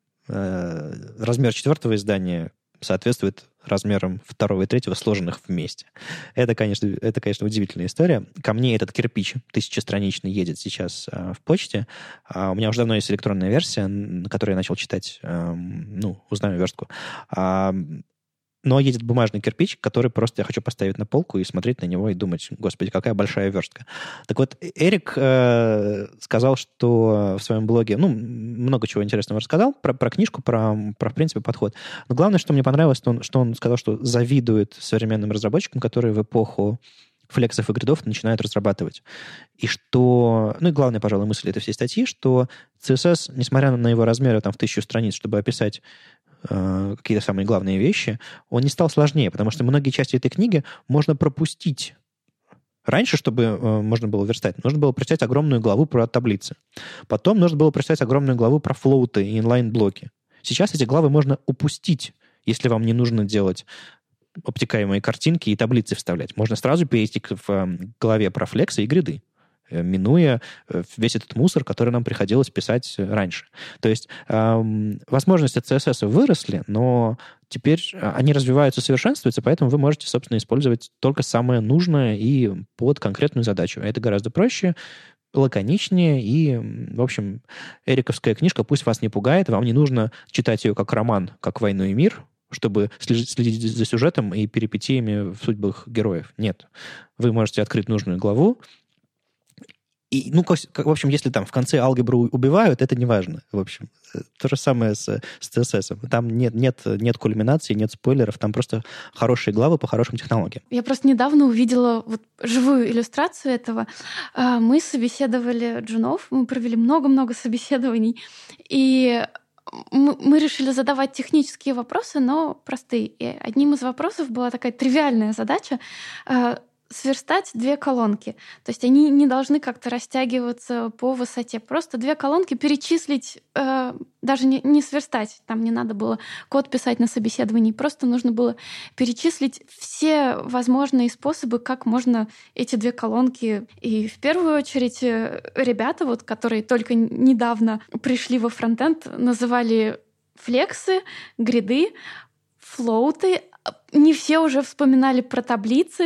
размер 4-го издания соответствует размерам 2-го и 3-го, сложенных вместе. Это, конечно, удивительная история. Ко мне этот кирпич 1000-страничный едет сейчас в почте. У меня уже давно есть электронная версия, на которой я начал читать, узнаю верстку. но едет бумажный кирпич, который просто я хочу поставить на полку и смотреть на него и думать, господи, какая большая верстка. Так вот, Эрик сказал, что в своем блоге, много чего интересного рассказал про книжку, в принципе, подход. Но главное, что мне понравилось, что он сказал, что завидует современным разработчикам, которые в эпоху флексов и гридов начинают разрабатывать. И что... и главная, пожалуй, мысль этой всей статьи, что CSS, несмотря на его размеры в 1000 страниц, чтобы описать какие-то самые главные вещи, он не стал сложнее, потому что многие части этой книги можно пропустить. Раньше, чтобы можно было верстать, нужно было прочитать огромную главу про таблицы. Потом нужно было прочитать огромную главу про флоуты и инлайн-блоки. Сейчас эти главы можно упустить, если вам не нужно делать обтекаемые картинки и таблицы вставлять. Можно сразу перейти в главе про флексы и гриды, минуя весь этот мусор, который нам приходилось писать раньше. То есть возможности CSS выросли, но теперь они развиваются, совершенствуются, поэтому вы можете, собственно, использовать только самое нужное и под конкретную задачу. Это гораздо проще, лаконичнее, и, в общем, эриковская книжка пусть вас не пугает, вам не нужно читать ее как роман, как «Войну и мир», чтобы следить за сюжетом и перипетиями в судьбах героев. Нет. Вы можете открыть нужную главу, и, в общем, если там в конце алгебру убивают, это не важно. В общем, то же самое с CSS. Там нет кульминации, нет спойлеров, там просто хорошие главы по хорошим технологиям. Я просто недавно увидела живую иллюстрацию этого. Мы собеседовали джунов, мы провели много-много собеседований, и мы решили задавать технические вопросы, но простые. И одним из вопросов была такая тривиальная задача сверстать 2 колонки. То есть они не должны как-то растягиваться по высоте. Просто 2 колонки перечислить, даже не сверстать. Там не надо было код писать на собеседовании. Просто нужно было перечислить все возможные способы, как можно эти 2 колонки. И в первую очередь ребята, которые только недавно пришли во фронтенд, называли флексы, гриды, флоуты. Не все уже вспоминали про таблицы.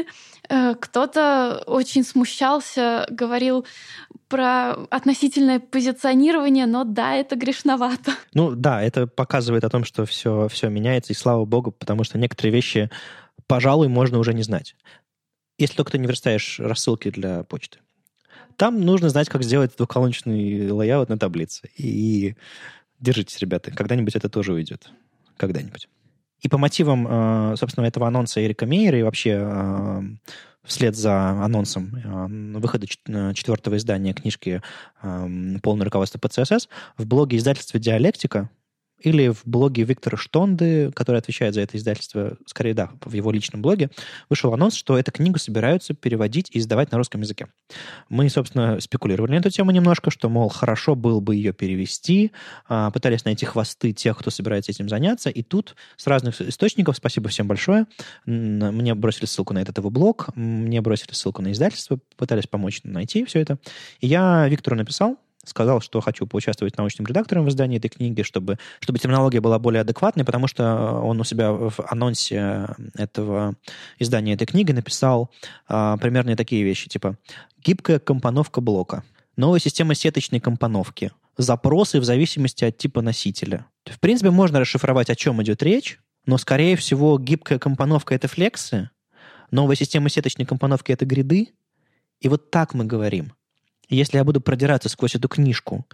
Кто-то очень смущался, говорил про относительное позиционирование, но да, это грешновато. Да, это показывает о том, что все меняется, и слава богу, потому что некоторые вещи, пожалуй, можно уже не знать. Если только ты не верстаешь рассылки для почты. Там нужно знать, как сделать двухколоночный лейаут на таблице. И держитесь, ребята, когда-нибудь это тоже уйдет. Когда-нибудь. И по мотивам, собственно, этого анонса Эрика Мейера и вообще вслед за анонсом выхода 4-го издания книжки «Полное руководство по CSS» в блоге издательства «Диалектика» или в блоге Виктора Штонды, который отвечает за это издательство, скорее, да, в его личном блоге, вышел анонс, что эту книгу собираются переводить и издавать на русском языке. Мы, собственно, спекулировали на эту тему немножко, что, мол, хорошо было бы ее перевести, пытались найти хвосты тех, кто собирается этим заняться, и тут с разных источников, спасибо всем большое, мне бросили ссылку на этот его блог, мне бросили ссылку на издательство, пытались помочь найти все это. И я Виктору написал, сказал, что хочу поучаствовать научным редактором в издании этой книги, чтобы терминология была более адекватной, потому что он у себя в анонсе этого издания этой книги написал примерно такие вещи, типа гибкая компоновка блока, новая система сеточной компоновки, запросы в зависимости от типа носителя. В принципе, можно расшифровать, о чем идет речь, но, скорее всего, гибкая компоновка — это флексы, новая система сеточной компоновки — это гриды, и вот так мы говорим. Если я буду продираться сквозь эту книжку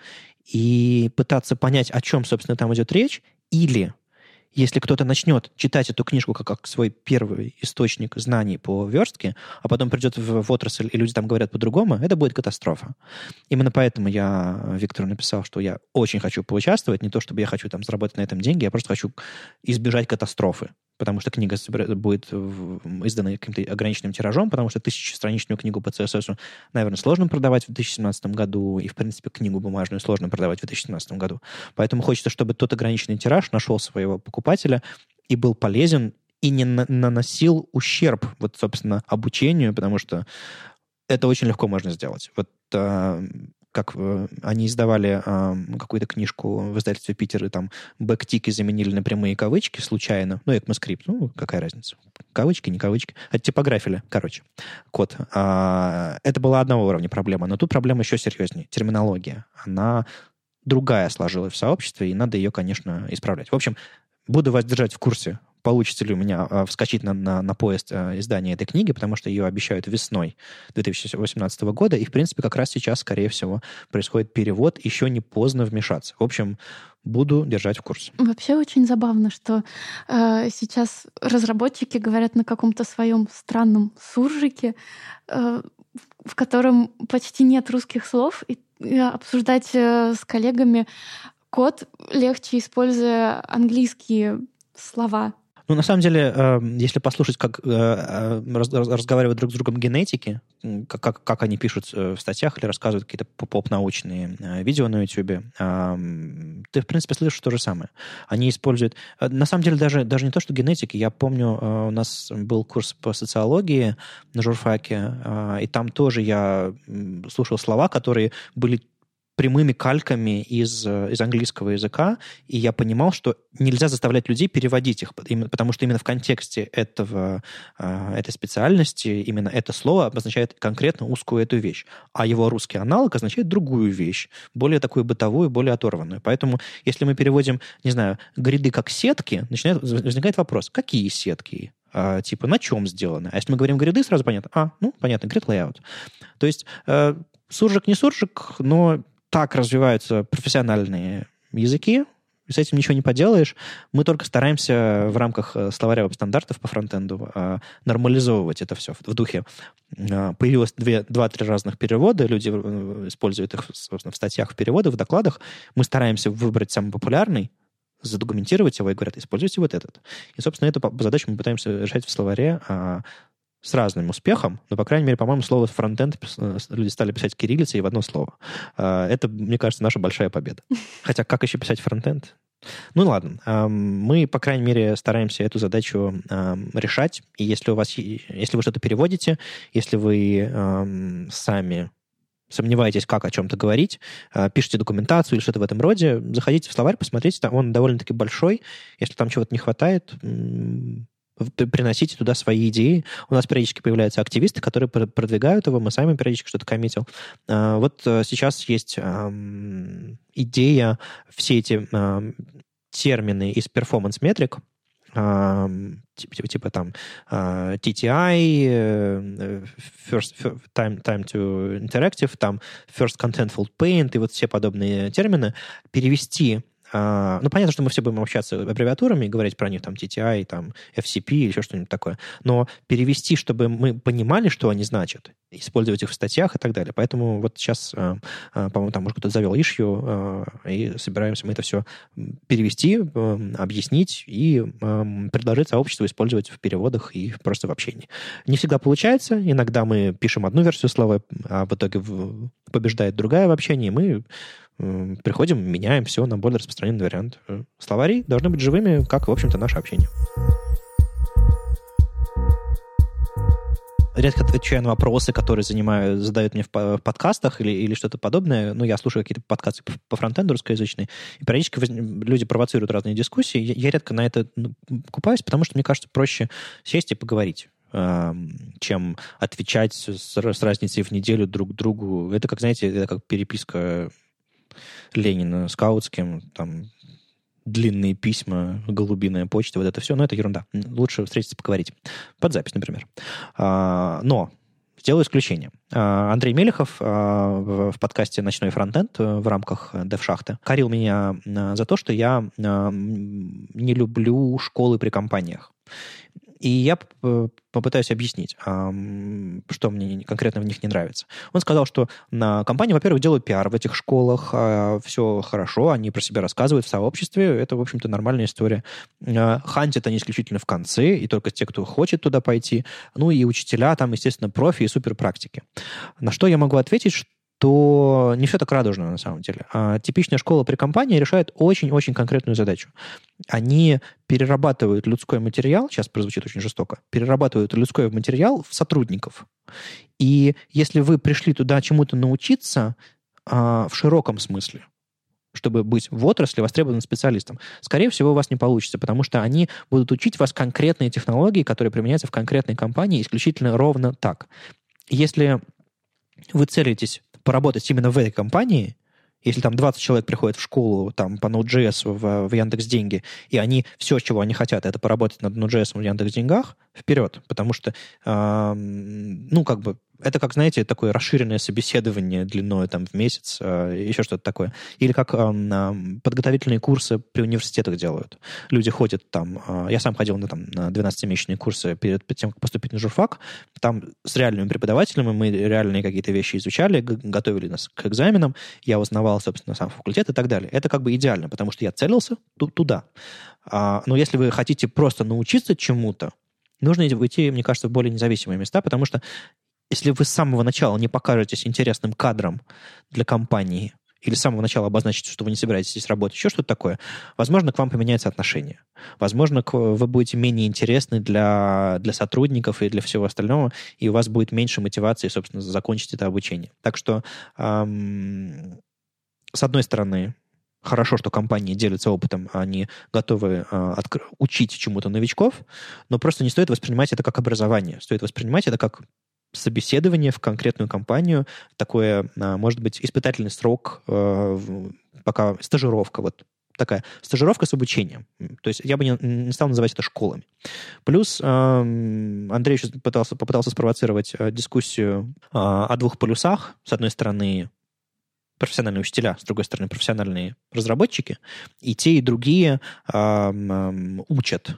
и пытаться понять, о чем, собственно, там идет речь, или если кто-то начнет читать эту книжку как свой первый источник знаний по верстке, а потом придет в отрасль, и люди там говорят по-другому, это будет катастрофа. Именно поэтому я Виктору написал, что я очень хочу поучаствовать, не то чтобы я хочу там заработать на этом деньги, я просто хочу избежать катастрофы, потому что книга будет издана каким-то ограниченным тиражом, потому что 1000-страничную книгу по CSS, наверное, сложно продавать в 2017 году, и, в принципе, книгу бумажную сложно продавать в 2017 году. Поэтому хочется, чтобы тот ограниченный тираж нашел своего покупателя и был полезен, и не наносил ущерб, собственно, обучению, потому что это очень легко можно сделать. Как они издавали какую-то книжку в издательстве Питера, там бэктики заменили на прямые кавычки случайно. ECMAScript, какая разница? Кавычки, не кавычки. Оттипографили, код. Это была одного уровня проблема, но тут проблема еще серьезнее. Терминология. Она другая сложилась в сообществе, и надо ее, конечно, исправлять. В общем, буду вас держать в курсе получится ли у меня вскочить на поезд издания этой книги, потому что ее обещают весной 2018 года, и, в принципе, как раз сейчас, скорее всего, происходит перевод, еще не поздно вмешаться. В общем, буду держать в курсе. Вообще очень забавно, что сейчас разработчики говорят на каком-то своем странном суржике, в котором почти нет русских слов, и обсуждать с коллегами код легче, используя английские слова. Ну, на самом деле, если послушать, как разговаривают друг с другом генетики, как они пишут в статьях или рассказывают какие-то поп-научные видео на YouTube, ты, в принципе, слышишь то же самое. Они используют... На самом деле, даже не то, что генетики. Я помню, у нас был курс по социологии на журфаке, и там тоже я слушал слова, которые были прямыми кальками из английского языка, и я понимал, что нельзя заставлять людей переводить их, потому что именно в контексте этой специальности именно это слово обозначает конкретно узкую эту вещь, а его русский аналог означает другую вещь, более такую бытовую, более оторванную. Поэтому, если мы переводим, не знаю, гриды как сетки, возникает вопрос, какие сетки? Типа, на чем сделаны? А если мы говорим гриды, сразу понятно. Понятно, grid layout. То есть суржик не суржик, но так развиваются профессиональные языки, с этим ничего не поделаешь. Мы только стараемся в рамках словаря веб-стандартов по фронтенду нормализовывать это все в духе. Появилось 2-3 разных перевода, люди используют их, собственно, в статьях, в переводах, в докладах. Мы стараемся выбрать самый популярный, задокументировать его и говорят, используйте вот этот. И, собственно, эту задачу мы пытаемся решать в словаре с разным успехом, но, по крайней мере, по-моему, слово фронтенд люди стали писать кириллицей в одно слово. Это, мне кажется, наша большая победа. Хотя как еще писать фронтенд? Ну, ладно. Мы, по крайней мере, стараемся эту задачу решать. И если вы что-то переводите, если вы сами сомневаетесь, как о чем-то говорить, пишите документацию или что-то в этом роде, заходите в словарь, посмотрите, он довольно-таки большой. Если там чего-то не хватает, приносите туда свои идеи. У нас периодически появляются активисты, которые продвигают его, мы сами периодически что-то коммитим. Вот сейчас есть идея все эти термины из перформанс-метрик, типа там TTI, first time to interactive, там first contentful paint и вот все подобные термины перевести. Понятно, что мы все будем общаться аббревиатурами и говорить про них, там, TTI, там, FCP или еще что-нибудь такое. Но перевести, чтобы мы понимали, что они значат, использовать их в статьях и так далее. Поэтому вот сейчас, по-моему, там уже кто-то завел issue, и собираемся мы это все перевести, объяснить и предложить сообществу использовать в переводах и просто в общении. Не всегда получается. Иногда мы пишем одну версию слова, а в итоге побеждает другая в общении, и мы приходим, меняем все на более распространенный вариант. Словари должны быть живыми, как, в общем-то, наше общение. Редко отвечаю на вопросы, которые задают мне в подкастах или что-то подобное. Я слушаю какие-то подкасты по фронтенду русскоязычные, и периодически люди провоцируют разные дискуссии. Я редко на это купаюсь, потому что, мне кажется, проще сесть и поговорить, чем отвечать с разницей в неделю друг другу. Это, как, знаете, это как переписка Ленина скаутским, там, длинные письма, голубиная почта, вот это все, но это ерунда. Лучше встретиться, поговорить. Под запись, например. Но сделаю исключение. Андрей Мелехов в подкасте «Ночной фронтенд» в рамках DevShaft корил меня за то, что я не люблю школы при компаниях. И я попытаюсь объяснить, что мне конкретно в них не нравится. Он сказал, что на компании, во-первых, делают пиар в этих школах, все хорошо, они про себя рассказывают в сообществе, это, в общем-то, нормальная история. Хантят они исключительно в конце, и только те, кто хочет туда пойти. И учителя там, естественно, профи и суперпрактики. На что я могу ответить, что не все так радужно на самом деле. Типичная школа при компании решает очень-очень конкретную задачу. Они перерабатывают людской материал, сейчас прозвучит очень жестоко, перерабатывают людской материал в сотрудников. И если вы пришли туда чему-то научиться в широком смысле, чтобы быть в отрасли востребованным специалистом, скорее всего, у вас не получится, потому что они будут учить вас конкретные технологии, которые применяются в конкретной компании исключительно ровно так. Если вы целитесь поработать именно в этой компании Если там 20 человек приходят в школу там, по Node.js в Яндекс.Деньги, и они все, чего они хотят, это поработать над Node.js в Яндекс.Деньгах, вперед. Потому что, это как, знаете, такое расширенное собеседование длиной там, в месяц, еще что-то такое. Или как подготовительные курсы при университетах делают. Люди ходят там... Я сам ходил на 12-месячные курсы перед тем, как поступить на журфак. Там с реальными преподавателями мы реальные какие-то вещи изучали, готовили нас к экзаменам. Я узнавал, собственно, сам факультет и так далее. Это как бы идеально, потому что я целился туда. Но если вы хотите просто научиться чему-то, нужно идти, мне кажется, в более независимые места, потому что если вы с самого начала не покажетесь интересным кадром для компании или с самого начала обозначите, что вы не собираетесь здесь работать, еще что-то такое, возможно, к вам поменяется отношение. Возможно, вы будете менее интересны для сотрудников и для всего остального, и у вас будет меньше мотивации, собственно, закончить это обучение. Так что, с одной стороны, хорошо, что компании делятся опытом, они готовы учить чему-то новичков, но просто не стоит воспринимать это как образование. Стоит воспринимать это как собеседование в конкретную компанию, такое, может быть, испытательный срок, пока стажировка, вот такая стажировка с обучением. То есть я бы не стал называть это школами. Плюс Андрей сейчас попытался спровоцировать дискуссию о двух полюсах. С одной стороны, профессиональные учителя, с другой стороны, профессиональные разработчики. И те, и другие учат.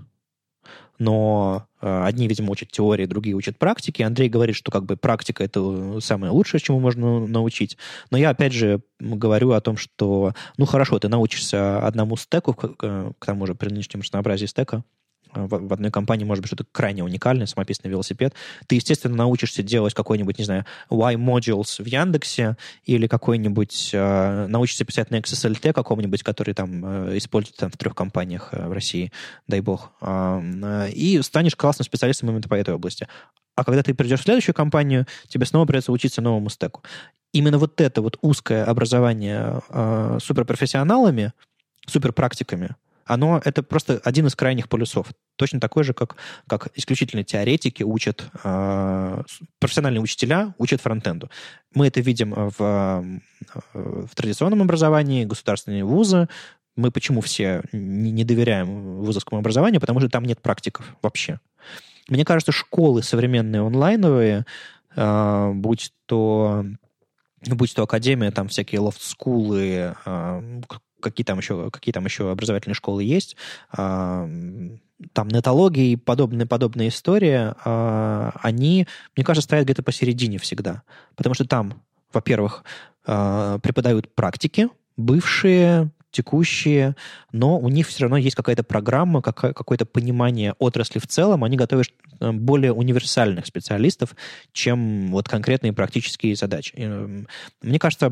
Но одни, видимо, учат теории, другие учат практики. Андрей говорит, что как бы практика — это самое лучшее, чему можно научить. Но я, опять же, говорю о том, что, хорошо, ты научишься одному стеку, к тому же при нынешнем разнообразии стека, в одной компании может быть что-то крайне уникальное, самописный велосипед. Ты, естественно, научишься делать какой-нибудь, не знаю, Y-modules в Яндексе или какой-нибудь, научишься писать на XSLT каком-нибудь, который там используют там, в 3 компаниях в России, дай бог, и станешь классным специалистом именно по этой области. А когда ты придешь в следующую компанию, тебе снова придется учиться новому стеку. Именно вот это вот узкое образование суперпрофессионалами, суперпрактиками, это просто один из крайних полюсов. Точно такой же, как исключительно теоретики учат, профессиональные учителя учат фронтенду. Мы это видим в традиционном образовании, государственные вузы. Мы почему все не доверяем вузовскому образованию? Потому что там нет практиков вообще. Мне кажется, школы современные онлайновые, будь то академия, там всякие лофт-скулы, какие там еще образовательные школы есть, там нетология и подобные истории, они, мне кажется, стоят где-то посередине всегда. Потому что там, во-первых, преподают практики, бывшие, текущие, но у них все равно есть какая-то программа, какое-то понимание отрасли в целом, они готовят более универсальных специалистов, чем вот конкретные практические задачи. Мне кажется,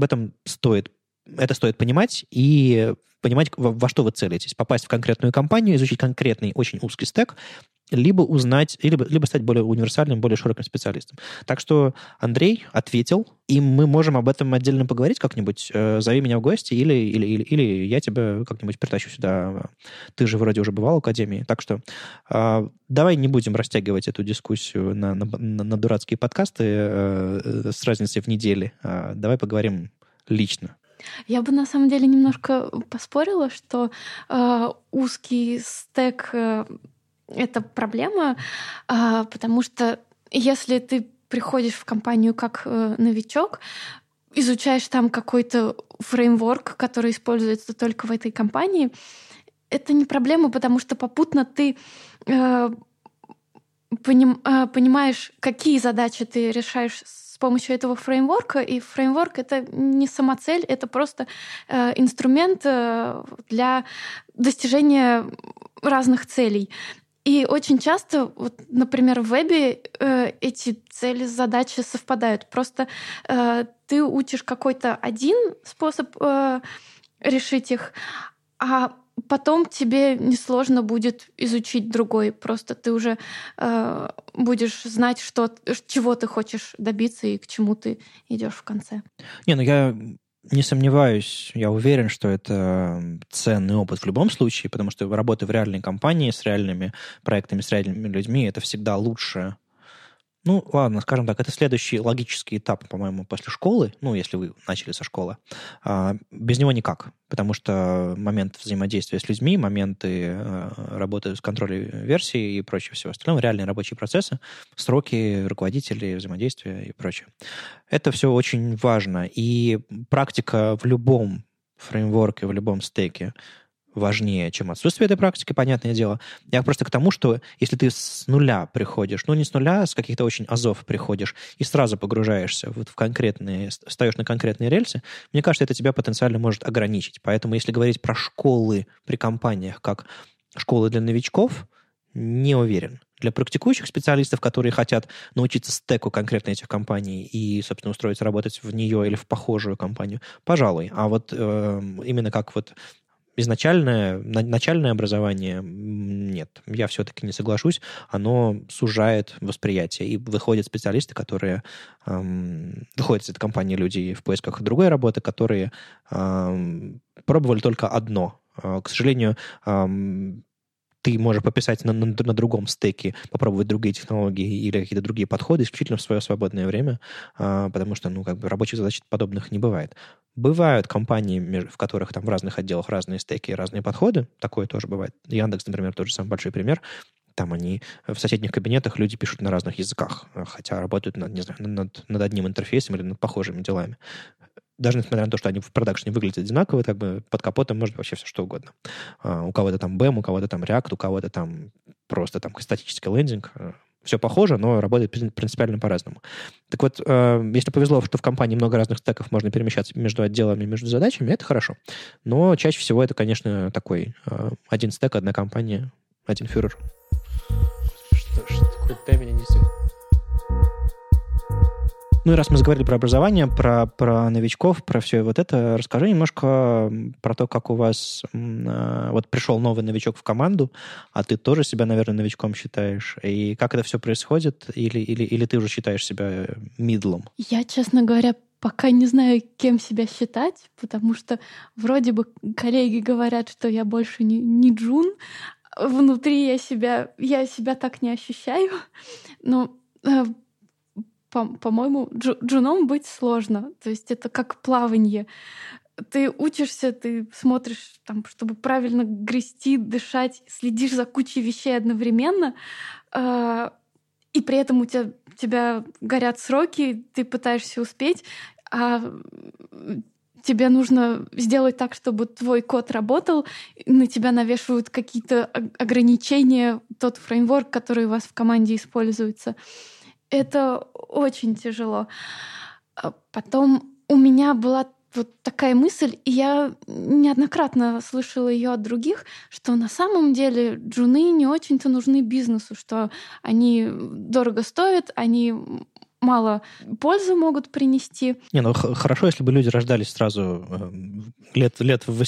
это стоит понимать и понимать, во что вы целитесь. Попасть в конкретную компанию, изучить конкретный, очень узкий стек, либо узнать, либо стать более универсальным, более широким специалистом. Так что Андрей ответил, и мы можем об этом отдельно поговорить как-нибудь. Зови меня в гости, или я тебя как-нибудь притащу сюда. Ты же вроде уже бывал в академии. Так что давай не будем растягивать эту дискуссию на дурацкие подкасты с разницей в неделе. Давай поговорим лично. Я бы на самом деле немножко поспорила, что узкий стек это проблема, потому что если ты приходишь в компанию как новичок, изучаешь там какой-то фреймворк, который используется только в этой компании, это не проблема, потому что попутно ты понимаешь, какие задачи ты решаешь с помощью этого фреймворка, и фреймворк — это не самоцель, это просто инструмент для достижения разных целей. И очень часто, вот, например, в вебе эти цели, задачи совпадают. Просто ты учишь какой-то один способ решить их, а потом тебе несложно будет изучить другой. Просто ты уже будешь знать, чего ты хочешь добиться и к чему ты идешь в конце. Я не сомневаюсь, я уверен, что это ценный опыт в любом случае, потому что работа в реальной компании с реальными проектами, с реальными людьми — это всегда лучше, Ну, ладно, скажем так, это следующий логический этап, по-моему, после школы, ну, если вы начали со школы. Без него никак, потому что момент взаимодействия с людьми, моменты работы с контролем версий и прочее всего остального, реальные рабочие процессы, сроки, руководители, взаимодействия и прочее. Это все очень важно. И практика в любом фреймворке, в любом стеке важнее, чем отсутствие этой практики, понятное дело. Я просто к тому, что если ты с нуля приходишь, ну не с нуля, а с каких-то очень азов приходишь и сразу погружаешься вот в конкретные, встаешь на конкретные рельсы, мне кажется, это тебя потенциально может ограничить. Поэтому если говорить про школы при компаниях как школы для новичков, не уверен. Для практикующих специалистов, которые хотят научиться стеку конкретно этих компаний и, собственно, устроиться работать в нее или в похожую компанию, пожалуй. А вот именно как вот изначальное, начальное образование нет. Я все-таки не соглашусь. Оно сужает восприятие. И выходят специалисты, которые выходят из этой компании люди в поисках другой работы, которые пробовали только одно. К сожалению, ты можешь пописать на другом стеке, попробовать другие технологии или какие-то другие подходы исключительно в свое свободное время, потому что, ну, как бы рабочих задач подобных не бывает. Бывают компании, в которых там в разных отделах разные стеки и разные подходы. Такое тоже бывает. Яндекс, например, тоже самый большой пример. Там они в соседних кабинетах люди пишут на разных языках, хотя работают над, не знаю, над одним интерфейсом или над похожими делами. Даже несмотря на то, что они в продакшене выглядят одинаково, как бы под капотом может быть вообще все что угодно. У кого-то там BEM, у кого-то там React, у кого-то там просто там статический лендинг. Все похоже, но работает принципиально по-разному. Так вот, если повезло, что в компании много разных стеков, можно перемещаться между отделами, между задачами, это хорошо. Но чаще всего это, конечно, такой один стек, одна компания, один фюрер. Что такое? Дай меня несет. Ну и раз мы заговорили про образование, про новичков, про все вот это, расскажи немножко про то, как у вас вот пришел новый новичок в команду, а ты тоже себя, наверное, новичком считаешь, и как это все происходит, или ты уже считаешь себя мидлом? Я, честно говоря, пока не знаю, кем себя считать, потому что вроде бы коллеги говорят, что я больше не джун, внутри я себя так не ощущаю, но по-моему, джуном быть сложно. То есть это как плавание. Ты учишься, ты смотришь, там, чтобы правильно грести, дышать, следишь за кучей вещей одновременно, и при этом у тебя горят сроки, ты пытаешься успеть, а тебе нужно сделать так, чтобы твой код работал, на тебя навешивают какие-то ограничения, тот фреймворк, который у вас в команде используется. Это очень тяжело. Потом у меня была вот такая мысль, и я неоднократно слышала ее от других, что на самом деле джуны не очень-то нужны бизнесу, что они дорого стоят, они мало пользы могут принести. Не, ну хорошо, если бы люди рождались сразу лет в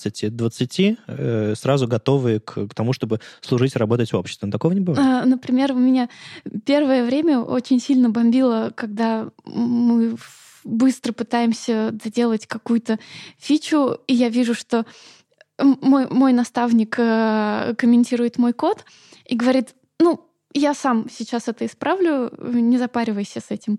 18-20, сразу готовые к тому, чтобы служить, работать в обществе. Но такого не бывает. Например, у меня первое время очень сильно бомбило, когда мы быстро пытаемся доделать какую-то фичу, и я вижу, что мой наставник комментирует мой код и говорит, я сам сейчас это исправлю, не запаривайся с этим.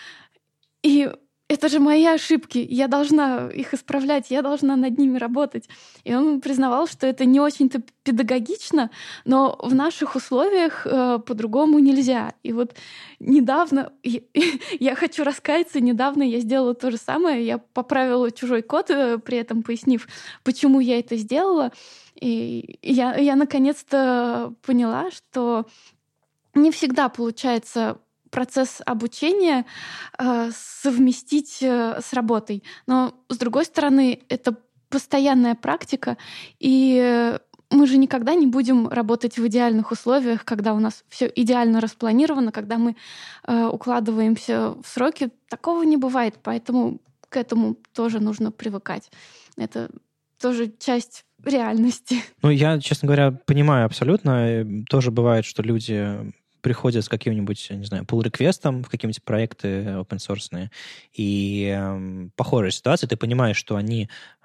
И это же мои ошибки, я должна их исправлять, я должна над ними работать. И он признавал, что это не очень-то педагогично, но в наших условиях по-другому нельзя. И вот недавно, я хочу раскаяться, недавно я сделала то же самое, я поправила чужой код, при этом пояснив, почему я это сделала. И я наконец-то поняла, что не всегда получается процесс обучения совместить с работой. Но, с другой стороны, это постоянная практика, и мы же никогда не будем работать в идеальных условиях, когда у нас все идеально распланировано, когда мы укладываемся в сроки. Такого не бывает, поэтому к этому тоже нужно привыкать. Это тоже часть реальности. Ну, я, честно говоря, понимаю абсолютно. Тоже бывает, что люди приходят с каким-нибудь, не знаю, pull-реквестом в какие-нибудь проекты open-source, и похожая ситуация, ты понимаешь, что они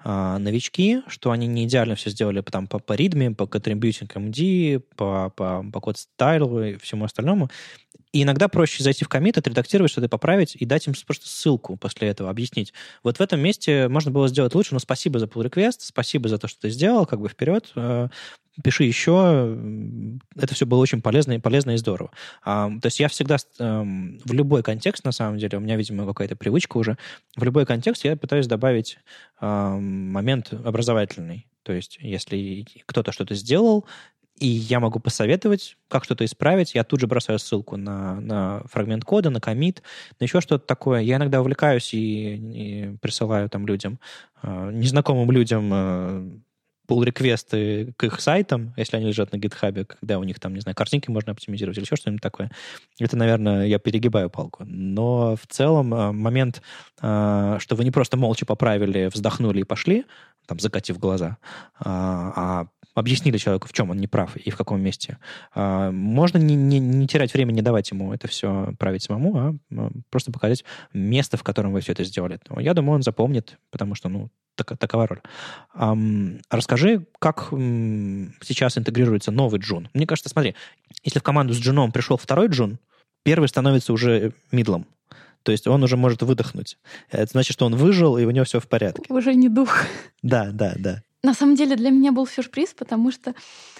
новички, что они не идеально все сделали там, по ритме, по contributing MD, по код стайлу и всему остальному. И иногда проще зайти в коммит, отредактировать, что-то поправить и дать им просто ссылку после этого, объяснить. Вот в этом месте можно было сделать лучше, но спасибо за pull request, спасибо за то, что ты сделал, как бы вперед, пиши еще. Это все было очень полезно и здорово. То есть я всегда в любой контекст, на самом деле, у меня, видимо, какая-то привычка уже, в любой контекст я пытаюсь добавить момент образовательный. То есть если кто-то что-то сделал, и я могу посоветовать, как что-то исправить. Я тут же бросаю ссылку на фрагмент кода, на коммит, на еще что-то такое. Я иногда увлекаюсь и присылаю там людям, незнакомым людям, pull-реквесты к их сайтам, если они лежат на GitHub, когда у них там, не знаю, картинки можно оптимизировать или еще что-нибудь такое. Это, наверное, я перегибаю палку. Но в целом момент, что вы не просто молча поправили, вздохнули и пошли, там, закатив глаза, а объяснили человеку, в чем он не прав и в каком месте. Можно не терять время, не давать ему это все править самому, а просто показать место, в котором вы все это сделали. Я думаю, он запомнит, потому что, такова роль. Расскажи, как сейчас интегрируется новый джун. Мне кажется, смотри, если в команду с джуном пришел второй джун, первый становится уже мидлом. То есть он уже может выдохнуть. Это значит, что он выжил, и у него все в порядке. Уже не дух. Да. На самом деле для меня был сюрприз, потому что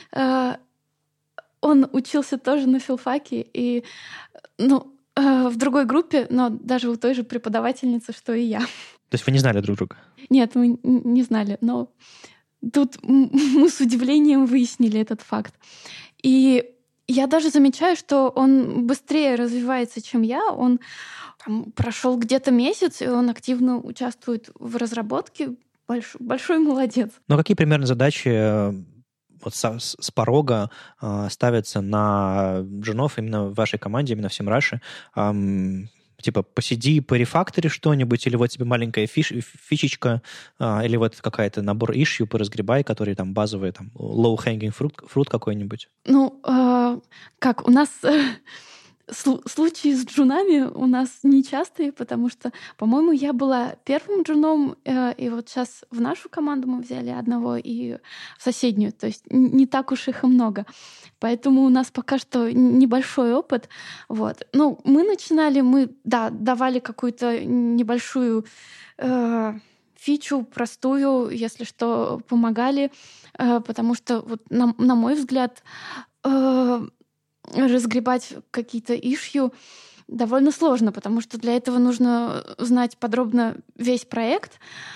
он учился тоже на филфаке, и в другой группе, но даже у той же преподавательницы, что и я. То есть вы не знали друг друга? Нет, мы не знали, но тут мы с удивлением выяснили этот факт. И я даже замечаю, что он быстрее развивается, чем я. Он прошел где-то месяц, и он активно участвует в разработке. Большой молодец. Но какие примерно задачи вот с порога ставятся на джунов именно в вашей команде, именно в Semrush? Типа посиди, порефактори что-нибудь, или вот тебе маленькая фичечка, или вот какая-то набор issue поразгребай, который там базовый, там low-hanging fruit какой-нибудь? Как у нас... Случаи с джунами у нас нечастые, потому что, по-моему, я была первым джуном, и вот сейчас в нашу команду мы взяли одного и в соседнюю, то есть не так уж их и много. Поэтому у нас пока что небольшой опыт. Вот. Мы начинали, давали какую-то небольшую фичу, простую, если что, помогали, потому что, вот, на мой взгляд, разгребать какие-то ишью довольно сложно, потому что для этого нужно знать подробно весь проект,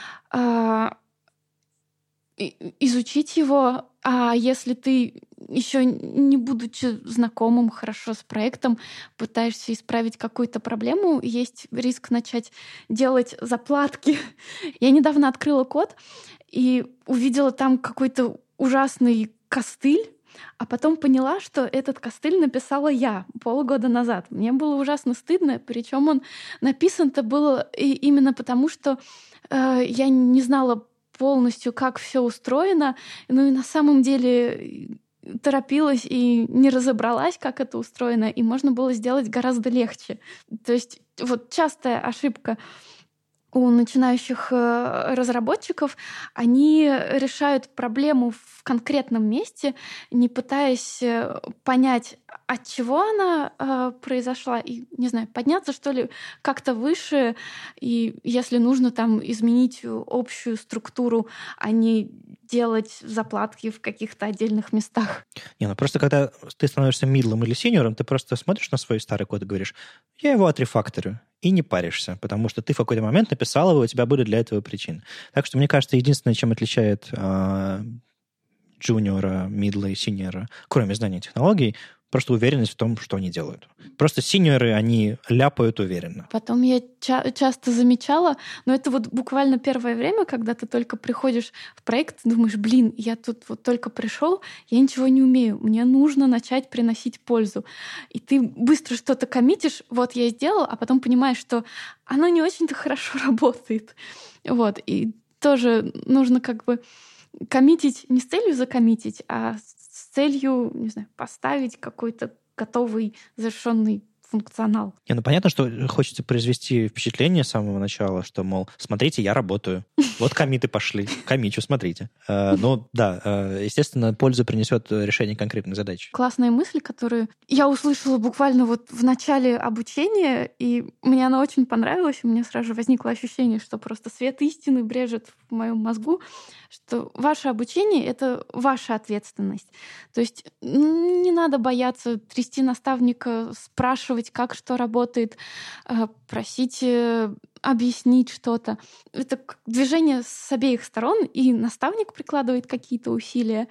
изучить его, а если ты еще не будучи знакомым хорошо с проектом, пытаешься исправить какую-то проблему, есть риск начать делать заплатки. Я недавно открыла код и увидела там какой-то ужасный костыль, а потом поняла, что этот костыль написала я полгода назад. Мне было ужасно стыдно, причем он написан-то было именно потому, что я не знала полностью, как все устроено, и на самом деле торопилась и не разобралась, как это устроено, и можно было сделать гораздо легче. То есть вот частая ошибка у начинающих разработчиков, они решают проблему в конкретном месте, не пытаясь понять, от чего она произошла, и, не знаю, подняться, что ли, как-то выше, и если нужно там изменить общую структуру, а не делать заплатки в каких-то отдельных местах. Просто когда ты становишься мидлом или синьором, ты просто смотришь на свой старый код и говоришь, я его отрефакторю, и не паришься, потому что ты в какой-то момент написал его, у тебя были для этого причины. Так что, мне кажется, единственное, чем отличает джуниора, мидла и синьора, кроме знания технологий, просто уверенность в том, что они делают. Просто синьоры, они ляпают уверенно. Потом я часто замечала, но это вот буквально первое время, когда ты только приходишь в проект, думаешь, я тут вот только пришел, я ничего не умею, мне нужно начать приносить пользу. И ты быстро что-то коммитишь, вот я сделал, а потом понимаешь, что оно не очень-то хорошо работает. Вот. И тоже нужно как бы коммитить не с целью закоммитить, а с целью, не знаю, поставить какой-то готовый, завершенный функционал. Ну понятно, что хочется произвести впечатление с самого начала, что, мол, смотрите, я работаю. Вот коммиты пошли. Коммичу, смотрите. Ну да, естественно, пользу принесет решение конкретной задачи. Классная мысль, которую я услышала буквально вот в начале обучения, и мне она очень понравилась. У меня сразу же возникло ощущение, что просто свет истины брежет в моем мозгу, что ваше обучение — это ваша ответственность. То есть не надо бояться трясти наставника, спрашивать, как что работает, просить объяснить что-то. Это движение с обеих сторон, и наставник прикладывает какие-то усилия,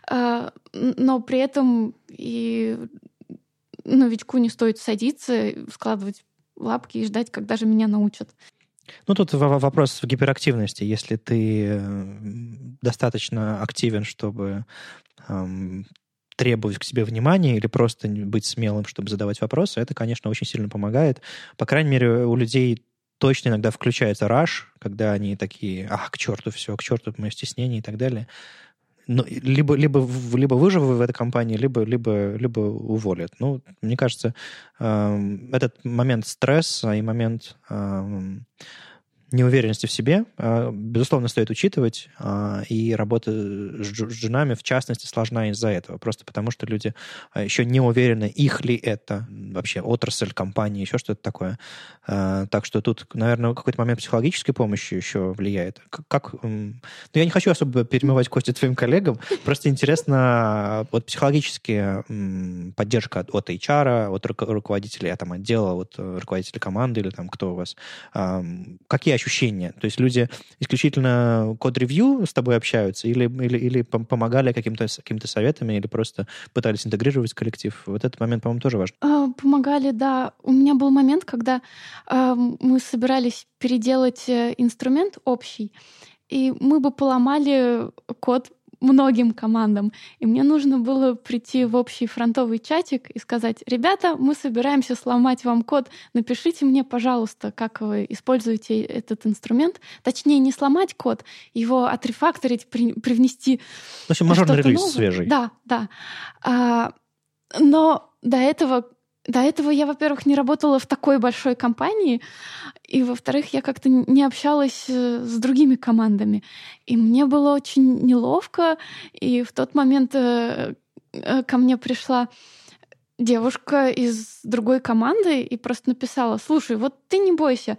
но при этом и новичку не стоит садиться, складывать лапки и ждать, когда же меня научат. Ну, тут вопрос в гиперактивности. Если ты достаточно активен, чтобы требовать к себе внимания или просто быть смелым, чтобы задавать вопросы, это, конечно, очень сильно помогает. По крайней мере, у людей точно иногда включается раш, когда они такие, к черту все, к черту мое стеснение и так далее. Ну, либо выживу в этой компании, либо уволят. Ну, мне кажется, этот момент стресса и момент неуверенности в себе, безусловно, стоит учитывать, и работа с джунами, в частности, сложна из-за этого, просто потому что люди еще не уверены, их ли это вообще отрасль, компания, еще что-то такое. Так что тут, наверное, какой-то момент психологической помощи еще влияет. Ну, я не хочу особо перемывать кости твоим коллегам, просто интересно, вот психологически поддержка от HR, от руководителя отдела, от руководителя команды или там кто у вас, какие ощущения? То есть люди исключительно код-ревью с тобой общаются или помогали какими-то советами, или просто пытались интегрировать в коллектив? Вот этот момент, по-моему, тоже важен. Помогали, да. У меня был момент, когда мы собирались переделать инструмент общий, и мы бы поломали код многим командам. И мне нужно было прийти в общий фронтовый чатик и сказать: ребята, мы собираемся сломать вам код, напишите мне, пожалуйста, как вы используете этот инструмент. Точнее, не сломать код, его отрефакторить, привнести. В общем, мажорный релиз новое. Свежий. Да. Но до этого я, во-первых, не работала в такой большой компании, и, во-вторых, я как-то не общалась с другими командами. И мне было очень неловко, и в тот момент ко мне пришла девушка из другой команды и просто написала: слушай, вот ты не бойся,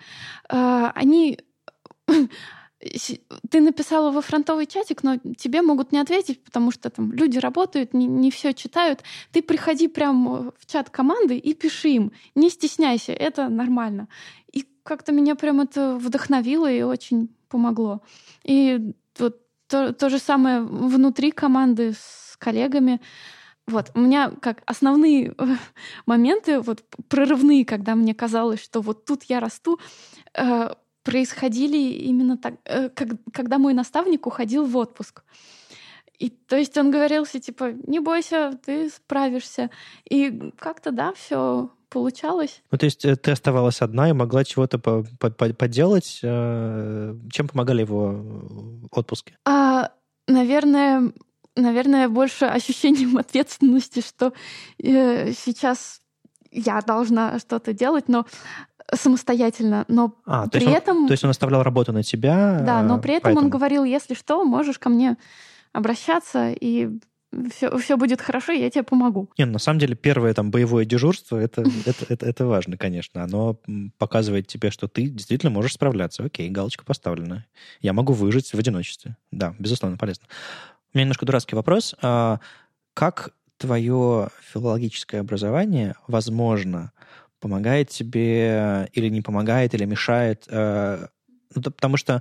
ты написала во фронтовый чатик, но тебе могут не ответить, потому что там люди работают, не все читают. Ты приходи прямо в чат команды и пиши им. Не стесняйся, это нормально. И как-то меня прям это вдохновило и очень помогло. И вот то же самое внутри команды с коллегами. Вот, у меня как основные моменты, вот прорывные, когда мне казалось, что вот тут я расту, происходили именно так, когда мой наставник уходил в отпуск. И то есть он говорил, типа, не бойся, ты справишься. И как-то, да, все получалось. Ну, то есть ты оставалась одна и могла чего-то поделать. Чем помогали его отпуски? Наверное, больше ощущением ответственности, что сейчас я должна что-то делать, но самостоятельно, но при этом... То есть он оставлял работу на тебя? Да, но при этом он говорил: если что, можешь ко мне обращаться, и все будет хорошо, я тебе помогу. На самом деле первое боевое дежурство, это важно, конечно. Оно показывает тебе, что ты действительно можешь справляться. Окей, галочка поставлена. Я могу выжить в одиночестве. Да, безусловно, полезно. У меня немножко дурацкий вопрос. Как твое филологическое образование, возможно, помогает тебе или не помогает, или мешает? Потому что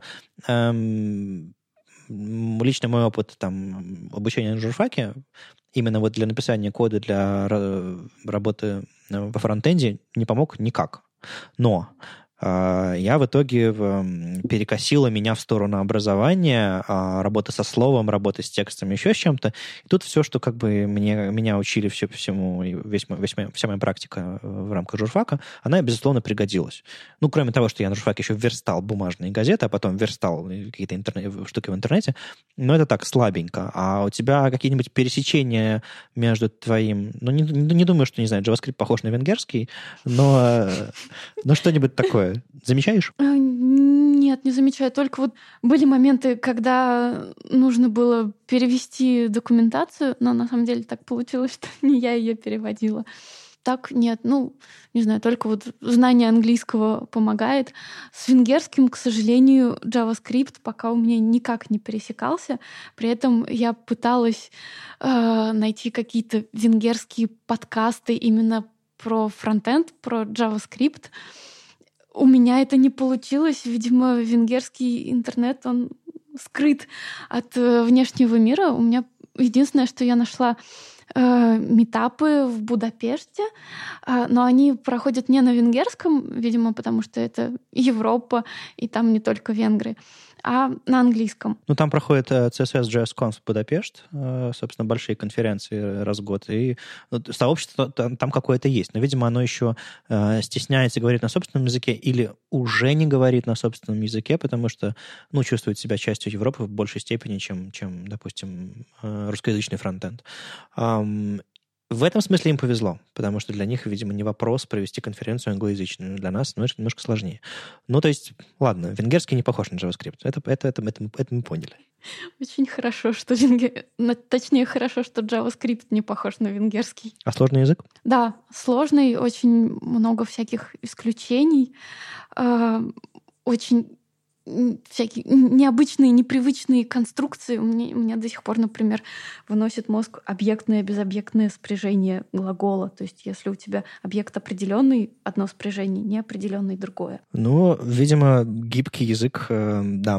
лично мой опыт обучения на журфаке именно вот для написания кода, для работы во фронтенде не помог никак. Но я в итоге перекосила меня в сторону образования, работы со словом, работы с текстом, еще с чем-то. И тут все, что как бы меня учили всему, вся моя практика в рамках журфака, она, безусловно, пригодилась. Ну, кроме того, что я на журфаке еще верстал бумажные газеты, а потом верстал какие-то штуки в интернете, но это так, слабенько. А у тебя какие-нибудь пересечения между твоим... Ну, не думаю, что, не знаю, JavaScript похож на венгерский, но что-нибудь такое. Замечаешь? Нет, не замечаю. Только вот были моменты, когда нужно было перевести документацию, но на самом деле так получилось, что не я ее переводила. Так нет, не знаю, только вот знание английского помогает. С венгерским, к сожалению, JavaScript пока у меня никак не пересекался. При этом я пыталась найти какие-то венгерские подкасты именно про фронтенд, про JavaScript. У меня это не получилось. Видимо, венгерский интернет, он скрыт от внешнего мира. У меня единственное, что я нашла митапы в Будапеште, но они проходят не на венгерском, видимо, потому что это Европа, и там не только венгры, а на английском. Ну, там проходит CSS JS Conf Будапешт, собственно, большие конференции раз в год, и сообщество там какое-то есть, но, видимо, оно еще стесняется говорить на собственном языке или уже не говорит на собственном языке, потому что, чувствует себя частью Европы в большей степени, чем допустим, русскоязычный фронтенд. В этом смысле им повезло, потому что для них, видимо, не вопрос провести конференцию англоязычную. Для нас немножко сложнее. То есть, ладно, венгерский не похож на JavaScript. Это мы поняли. Очень хорошо, что точнее, хорошо, что JavaScript не похож на венгерский. А сложный язык? Да, сложный, очень много всяких исключений, очень всякие необычные, непривычные конструкции. У меня до сих пор, например, выносит мозг объектное, безобъектное спряжение глагола. То есть если у тебя объект определенный, одно спряжение, неопределенный другое. Видимо, гибкий язык, да.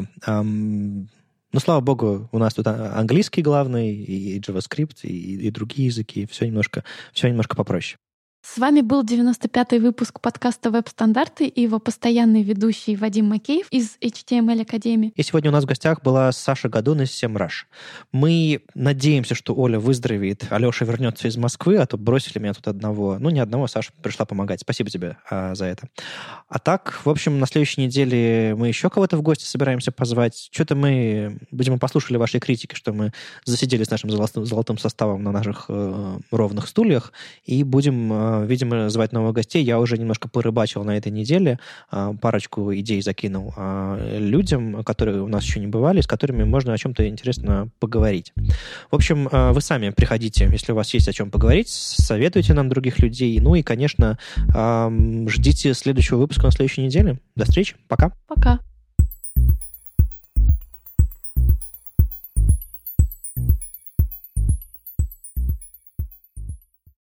Слава богу, у нас тут английский главный, и JavaScript, и другие языки. Все немножко попроще. С вами был 95-й выпуск подкаста «Веб-стандарты» и его постоянный ведущий Вадим Макеев из HTML Академии. И сегодня у нас в гостях была Саша Годун из Semrush. Мы надеемся, что Оля выздоровеет, Алеша вернется из Москвы, а то бросили меня тут одного. Не одного, Саша пришла помогать. Спасибо тебе за это. А так, в общем, на следующей неделе мы еще кого-то в гости собираемся позвать. Что-то мы, видимо, послушали вашей критики, что мы засиделись с нашим золотым составом на наших ровных стульях, и будем, видимо, звать новых гостей. Я уже немножко порыбачил на этой неделе, парочку идей закинул людям, которые у нас еще не бывали, с которыми можно о чем-то интересно поговорить. В общем, вы сами приходите, если у вас есть о чем поговорить, советуйте нам других людей. И, конечно, ждите следующего выпуска на следующей неделе. До встречи. Пока. Пока.